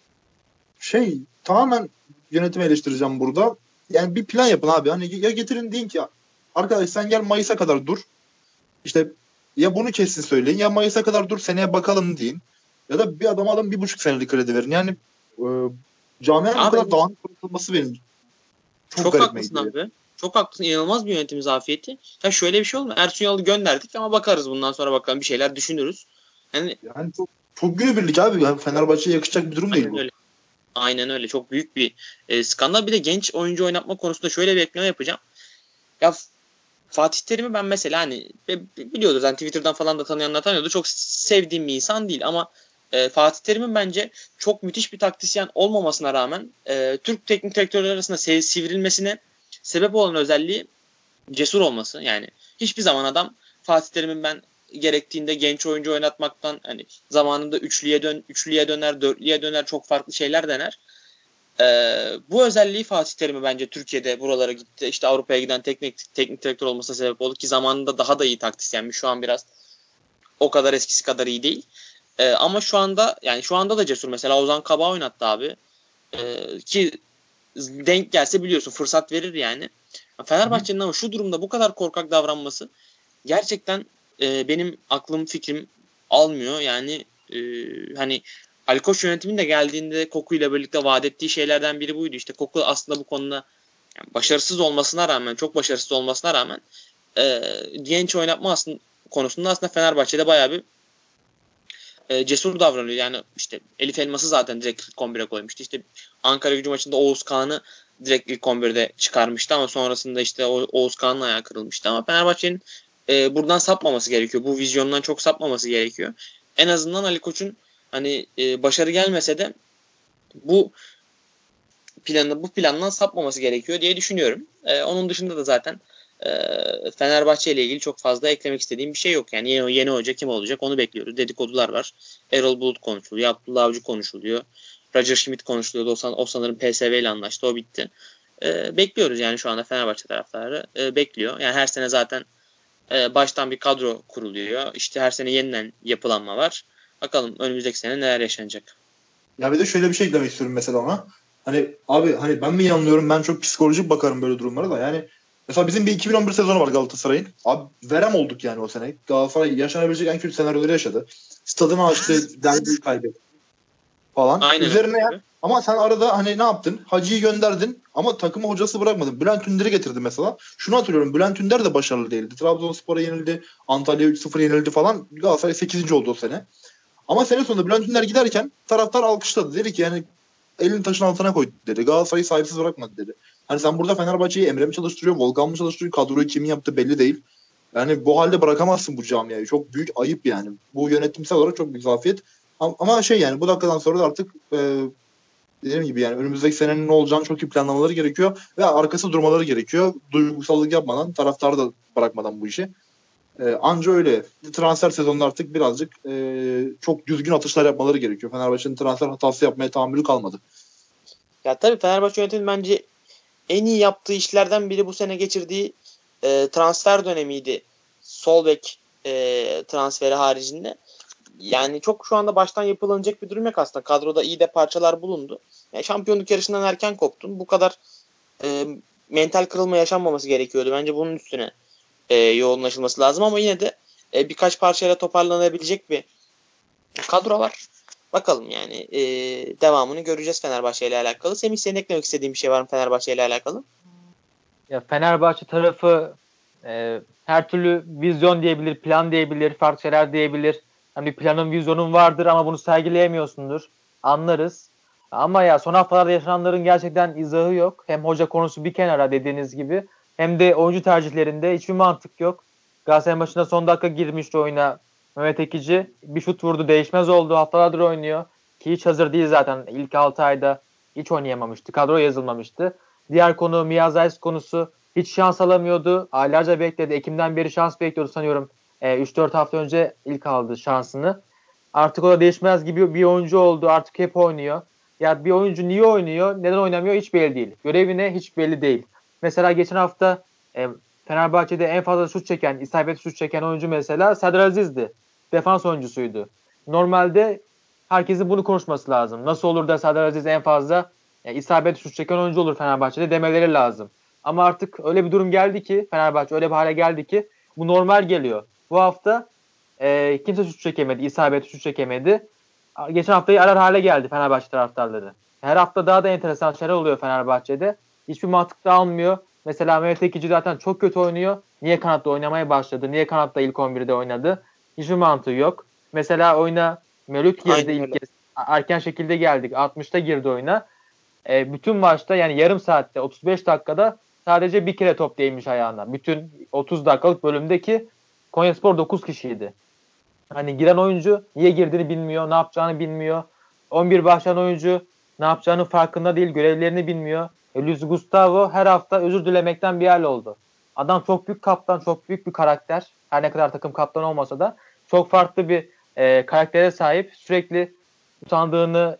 şey tamamen yönetimi eleştireceğim burada. Yani bir plan yapın abi. Hani ya getirin deyin ki arkadaş sen gel Mayıs'a kadar dur. İşte ya bunu kesin söyleyin ya Mayıs'a kadar dur seneye bakalım deyin. Ya da bir adama 1,5 senelik kredi verin. Yani camianın bu Abi kadar dağınık bırakılması benim çok çok garipime haklısın gidiyor. abi. Çok haklısın. İnanılmaz bir yönetim zafiyeti. Ya şöyle bir şey olmuyor. Ersun Yanal'ı gönderdik ama bakarız bundan sonra bakalım bir şeyler düşünürüz. Yani Yani çok günübirlik abi. Yani Fenerbahçe'ye yakışacak bir durum değil aynen bu. öyle. Aynen öyle. Çok büyük bir skandal. Bir de genç oyuncu oynatma konusunda şöyle bir ekleme yapacağım. Ya Fatih Terim'i ben mesela hani biliyordu zaten Twitter'dan falan da tanıyanlar tanıyordu. Çok sevdiğim bir insan değil ama Fatih Terim'in bence çok müthiş bir taktisyen olmamasına rağmen Türk teknik direktörler arasında sivrilmesine sebep olan özelliği cesur olması. Yani hiçbir zaman adam Fatih Terim'in ben gerektiğinde genç oyuncu oynatmaktan hani zamanında üçlüye döner, dörtlüye döner, çok farklı şeyler dener. Bu özelliği Fatih Terim'i bence Türkiye'de buralara gitti. İşte Avrupa'ya giden teknik direktör olmasına sebep oldu ki zamanında daha da iyi taktisyenmiş. Şu an biraz o kadar eskisi kadar iyi değil. Ama şu anda da cesur. Mesela Ozan Kabak oynattı abi. Ki denk gelse biliyorsun fırsat verir yani. Fenerbahçe'nin ama şu durumda bu kadar korkak davranması gerçekten benim aklım fikrim almıyor. Yani hani Ali Koç yönetimin de geldiğinde Koku ile birlikte vaat ettiği şeylerden biri buydu. İşte Koku aslında bu konuda yani başarısız olmasına rağmen, çok başarısız olmasına rağmen genç oynatma konusunda aslında Fenerbahçe'de bayağı bir cesur davranıyor. Yani işte Elif Elmas'ı zaten direkt ilk 11'e koymuştu. İşte Ankara Gücü maçında Oğuz Kağan'ı direkt ilk 11'de çıkarmıştı ama sonrasında işte Oğuz Kağan'ın ayağı kırılmıştı. Ama Fenerbahçe'nin buradan sapmaması gerekiyor. Bu vizyondan çok sapmaması gerekiyor. En azından Ali Koç'un hani başarı gelmese de bu plandan sapmaması gerekiyor diye düşünüyorum. Onun dışında da zaten Fenerbahçe ile ilgili çok fazla eklemek istediğim bir şey yok. Yani yeni hoca kim olacak onu bekliyoruz. Dedikodular var. Erol Bulut konuşuluyor. Abdullah Avcı konuşuluyor. Roger Schmidt konuşuluyordu. O sanırım PSV ile anlaştı. O bitti. Bekliyoruz yani şu anda Fenerbahçe taraftarı bekliyor. Yani her sene zaten baştan bir kadro kuruluyor. İşte her sene yeniden yapılanma var. Bakalım önümüzdeki sene neler yaşanacak. Ya bir de şöyle bir şey eklemek istiyorum mesela ona. Hani abi hani ben mi yanılıyorum, ben çok psikolojik bakarım böyle durumlara da. Yani mesela bizim bir 2011 sezonu var Galatasaray'ın. Abi verem olduk yani o sene. Galatasaray yaşanabilecek en kötü senaryoları yaşadı. Stadını açtı, derbiyi kaybetti falan. Aynen Üzerine öyle. ama sen arada hani ne yaptın? Hacı'yı gönderdin ama takımı hocası bırakmadın. Bülent Ünder'i getirdin mesela. Şunu hatırlıyorum. Bülent Ünder de başarılı değildi. Trabzonspor'a yenildi. Antalya 3-0 yenildi falan. Galatasaray 8. oldu o sene. Ama sene sonunda Bülent Ünler giderken taraftar alkışladı. Dedi ki yani elini taşın altına koy dedi. Galatasaray'ı sahipsiz bırakmadı dedi. Hani sen burada Fenerbahçe'yi Emre mi çalıştırıyor, Volkan mı çalıştırıyor, kadroyu kimin yaptı belli değil. Yani bu halde bırakamazsın bu camiayı. Çok büyük ayıp yani. Bu yönetimsel olarak çok büyük zafiyet. Ama şey yani bu dakikadan sonra da artık dediğim gibi yani önümüzdeki senenin ne olacağını çok iyi planlamaları gerekiyor ve arkası durmaları gerekiyor. Duygusallık yapmadan, taraftarı da bırakmadan bu işi. Anca öyle. Transfer sezonunda artık birazcık çok düzgün atışlar yapmaları gerekiyor. Fenerbahçe'nin transfer hatası yapmaya tahammülü kalmadı. Ya tabii Fenerbahçe yönetimi bence en iyi yaptığı işlerden biri bu sene geçirdiği transfer dönemiydi. Sol bek transferi haricinde. Yani çok şu anda baştan yapılacak bir durum yok aslında. Kadroda iyi de parçalar bulundu. Yani şampiyonluk yarışından erken koptun. Bu kadar mental kırılma yaşanmaması gerekiyordu. Bence bunun üstüne yoğunlaşılması lazım ama yine de birkaç parçayla toparlanabilecek bir kadro var. Bakalım yani devamını göreceğiz Fenerbahçe ile alakalı. Semih senin eklemek istediğin bir şey var mı Fenerbahçe ile alakalı? Ya Fenerbahçe tarafı her türlü vizyon diyebilir, plan diyebilir, farklı şeyler diyebilir. Hani bir planın, vizyonun vardır ama bunu sergileyemiyorsundur. Anlarız. Ama ya son haftalarda yaşananların gerçekten izahı yok. Hem hoca konusu bir kenara dediğiniz gibi hem de oyuncu tercihlerinde hiçbir mantık yok. Galatasaray maçında son dakika girmişti oyuna Mehmet Ekici. Bir şut vurdu, değişmez oldu. Haftalardır oynuyor. Ki hiç hazır değil zaten. İlk 6 ayda hiç oynayamamıştı. Kadroya yazılmamıştı. Diğer konu Mia Zayis konusu. Hiç şans alamıyordu. Aylarca bekledi. Ekim'den beri şans bekliyordu sanıyorum. 3-4 hafta önce ilk aldı şansını. Artık o da değişmez gibi bir oyuncu oldu. Artık hep oynuyor. Ya bir oyuncu niye oynuyor, neden oynamıyor hiç belli değil. Görevine hiç belli değil. Mesela geçen hafta Fenerbahçe'de en fazla şut çeken, isabetli şut çeken oyuncu mesela Serdar Aziz'di. Defans oyuncusuydu. Normalde herkesin bunu konuşması lazım. Nasıl olur da Serdar Aziz en fazla isabetli şut çeken oyuncu olur Fenerbahçe'de demeleri lazım. Ama artık öyle bir durum geldi ki Fenerbahçe öyle bir hale geldi ki bu normal geliyor. Bu hafta kimse şut çekemedi, isabetli şut çekemedi. Geçen haftayı arar hale geldi Fenerbahçe taraftarları. Her hafta daha da enteresan şeyler oluyor Fenerbahçe'de. Hiçbir mantık da almıyor. Mesela Mehmet Ekici zaten çok kötü oynuyor. Niye kanatta oynamaya başladı? Niye kanatta ilk 11'de oynadı? Hiçbir mantığı yok. Mesela oyuna Mevlüt girdi Aynen ilk öyle. kez. Erken şekilde geldik. 60'ta girdi oyuna. Bütün maçta yani yarım saatte 35 dakikada sadece bir kere top değmiş ayağına. Bütün 30 dakikalık bölümdeki Konyaspor 9 kişiydi. Hani giren oyuncu niye girdiğini bilmiyor, ne yapacağını bilmiyor. 11 başlayan oyuncu ne yapacağının farkında değil, görevlerini bilmiyor. Luis Gustavo her hafta özür dilemekten bir hal oldu. Adam çok büyük kaptan, çok büyük bir karakter. Her ne kadar takım kaptanı olmasa da çok farklı bir karaktere sahip. Sürekli utandığını,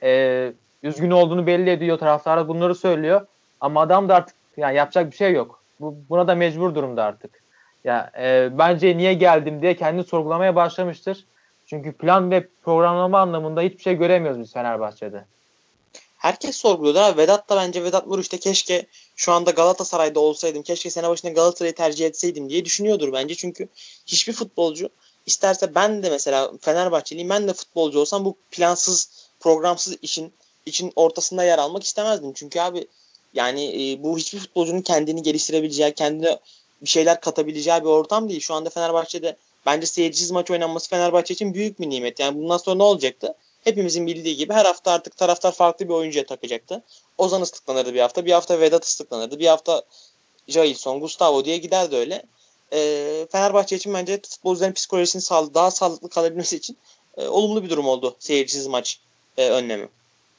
üzgün olduğunu belli ediyor. Taraftarlar bunları söylüyor. Ama adam da artık yani yapacak bir şey yok. Buna da mecbur durumda artık. Ya bence niye geldim diye kendini sorgulamaya başlamıştır. Çünkü plan ve programlama anlamında hiçbir şey göremiyoruz biz Fenerbahçe'de. Herkes sorguluyordu abi. Vedat da bence Vedat Muriç de keşke şu anda Galatasaray'da olsaydım keşke sene başında Galatasaray'ı tercih etseydim diye düşünüyordur bence. Çünkü hiçbir futbolcu isterse ben de mesela Fenerbahçeliyim, ben de futbolcu olsam bu plansız, programsız için ortasında yer almak istemezdim. Çünkü abi yani bu hiçbir futbolcunun kendini geliştirebileceği, kendine bir şeyler katabileceği bir ortam değil. Şu anda Fenerbahçe'de bence seyircisiz maç oynanması Fenerbahçe için büyük bir nimet. Yani bundan sonra ne olacaktı? Hepimizin bildiği gibi her hafta artık taraftar farklı bir oyuncuya takacaktı. Ozan ıslıklanırdı bir hafta. Bir hafta Vedat ıslıklanırdı. Bir hafta Jailson, Gustavo diye giderdi öyle. Fenerbahçe için bence futbolcuların psikolojisinin daha sağlıklı kalabilmesi için olumlu bir durum oldu seyircisiz maç önlemi.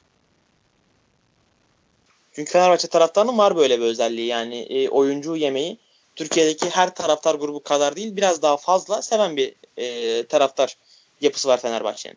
Çünkü Fenerbahçe taraftarının var böyle bir özelliği. Yani oyuncu yemeği Türkiye'deki her taraftar grubu kadar değil, biraz daha fazla seven bir taraftar yapısı var Fenerbahçe'nin.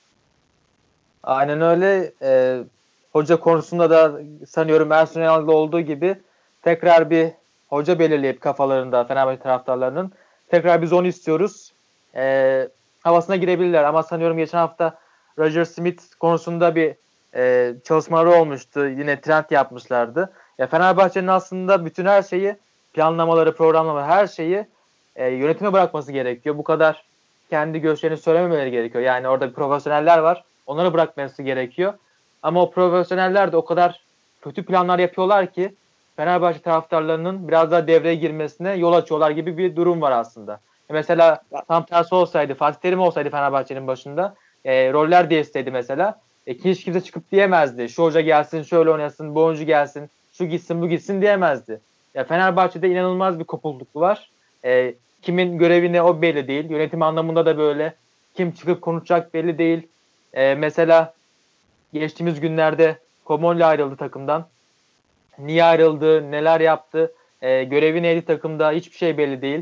Aynen öyle. Hoca konusunda da sanıyorum Ersun Yanal'da olduğu gibi tekrar bir hoca belirleyip kafalarında Fenerbahçe taraftarlarının tekrar biz onu istiyoruz. Havasına girebilirler ama sanıyorum geçen hafta Roger Smith konusunda bir çalışmaları olmuştu. Yine trend yapmışlardı. Ya Fenerbahçe'nin aslında bütün her şeyi planlamaları, programlamaları her şeyi yönetime bırakması gerekiyor. Bu kadar kendi görüşlerini söylememeleri gerekiyor. Yani orada bir profesyoneller var. Onlara bırakması gerekiyor. Ama o profesyoneller de o kadar kötü planlar yapıyorlar ki Fenerbahçe taraftarlarının biraz daha devreye girmesine yol açıyorlar gibi bir durum var aslında. Mesela tam tersi olsaydı, Fatih Terim olsaydı Fenerbahçe'nin başında roller değişseydi mesela hiç kimse çıkıp diyemezdi. Şu hoca gelsin, şöyle oynasın, bu oyuncu gelsin, şu gitsin, bu gitsin diyemezdi. Ya Fenerbahçe'de inanılmaz bir kopukluk var. Kimin görevi ne o belli değil. Yönetim anlamında da böyle. Kim çıkıp konuşacak belli değil. Mesela geçtiğimiz günlerde Komolli ayrıldı takımdan. Niye ayrıldı, neler yaptı, görevi neydi takımda hiçbir şey belli değil.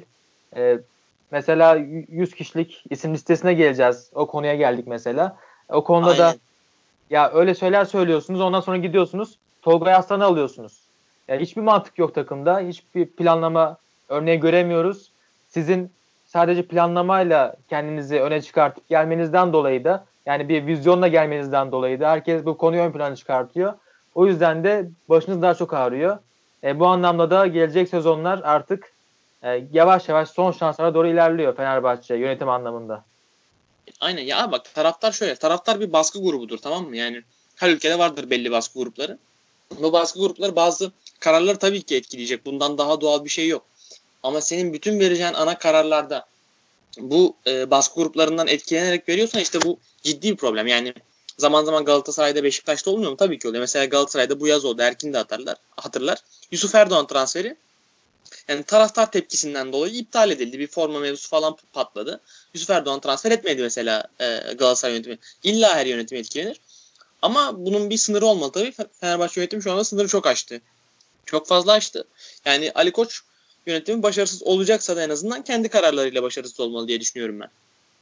Mesela 100 kişilik isim listesine geleceğiz. O konuya geldik mesela. O konuda Aynen. da ya öyle şeyler söylüyorsunuz ondan sonra gidiyorsunuz Tolga Aslan'ı alıyorsunuz. Hiçbir mantık yok takımda. Hiçbir planlama örneği göremiyoruz. Sizin sadece planlamayla kendinizi öne çıkartıp gelmenizden dolayı da yani bir vizyonla gelmenizden dolayı da herkes bu konuyu ön plana çıkartıyor. O yüzden de başınız daha çok ağrıyor. Bu anlamda da gelecek sezonlar artık yavaş yavaş son şanslara doğru ilerliyor Fenerbahçe yönetim anlamında. Aynen ya bak taraftar şöyle. Taraftar bir baskı grubudur, tamam mı? Yani her ülkede vardır belli baskı grupları. Bu baskı grupları bazı kararları tabii ki etkileyecek. Bundan daha doğal bir şey yok. Ama senin bütün vereceğin ana kararlarda bu baskı gruplarından etkilenerek veriyorsan işte bu ciddi bir problem. Yani zaman zaman Galatasaray'da, Beşiktaş'ta olmuyor mu? Tabii ki oluyor. Mesela Galatasaray'da bu yaz oldu. Erkin de hatırlar. Yusuf Erdoğan transferi yani taraftar tepkisinden dolayı iptal edildi. Bir forma mevzusu falan patladı. Yusuf Erdoğan transfer etmedi mesela Galatasaray yönetimi. İlla her yönetim etkilenir. Ama bunun bir sınırı olmalı tabii. Fenerbahçe yönetimi şu anda sınırı çok aştı. Çok fazla aştı. Yani Ali Koç yönetimi başarısız olacaksa da en azından kendi kararlarıyla başarısız olmalı diye düşünüyorum ben.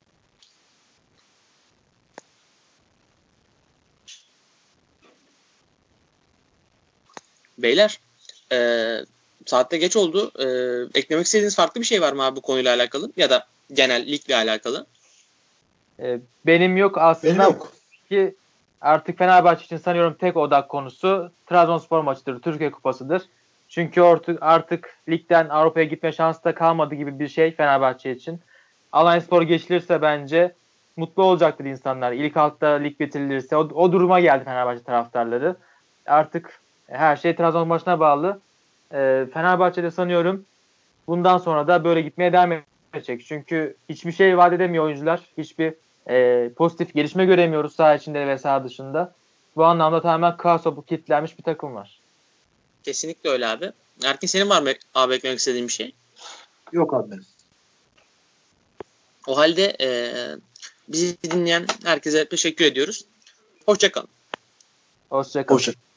Beyler, saatte geç oldu. Eklemek istediğiniz farklı bir şey var mı abi bu konuyla alakalı? Ya da genel ligle alakalı? Benim yok aslında. Benim yok. Ki artık Fenerbahçe için sanıyorum tek odak konusu Trabzonspor maçıdır, Türkiye Kupası'dır. Çünkü artık ligden Avrupa'ya gitme şansı da kalmadı gibi bir şey Fenerbahçe için. Alanyaspor geçilirse bence mutlu olacaktır insanlar. İlk hafta lig bitirilirse o duruma geldi Fenerbahçe taraftarları. Artık her şey Trabzon maçına bağlı. Fenerbahçe'de sanıyorum bundan sonra da böyle gitmeye devam edecek. Çünkü hiçbir şey vaat edemiyor oyuncular. Hiçbir pozitif gelişme göremiyoruz saha içinde ve saha dışında. Bu anlamda tamamen kaos topu kilitlenmiş bir takım var. Kesinlikle öyle abi. Erkin senin var mı abi eklemek istediğin bir şey? Yok abi benim. O halde bizi dinleyen herkese teşekkür ediyoruz. Hoşça kalın. Hoşçakalın. Hoşça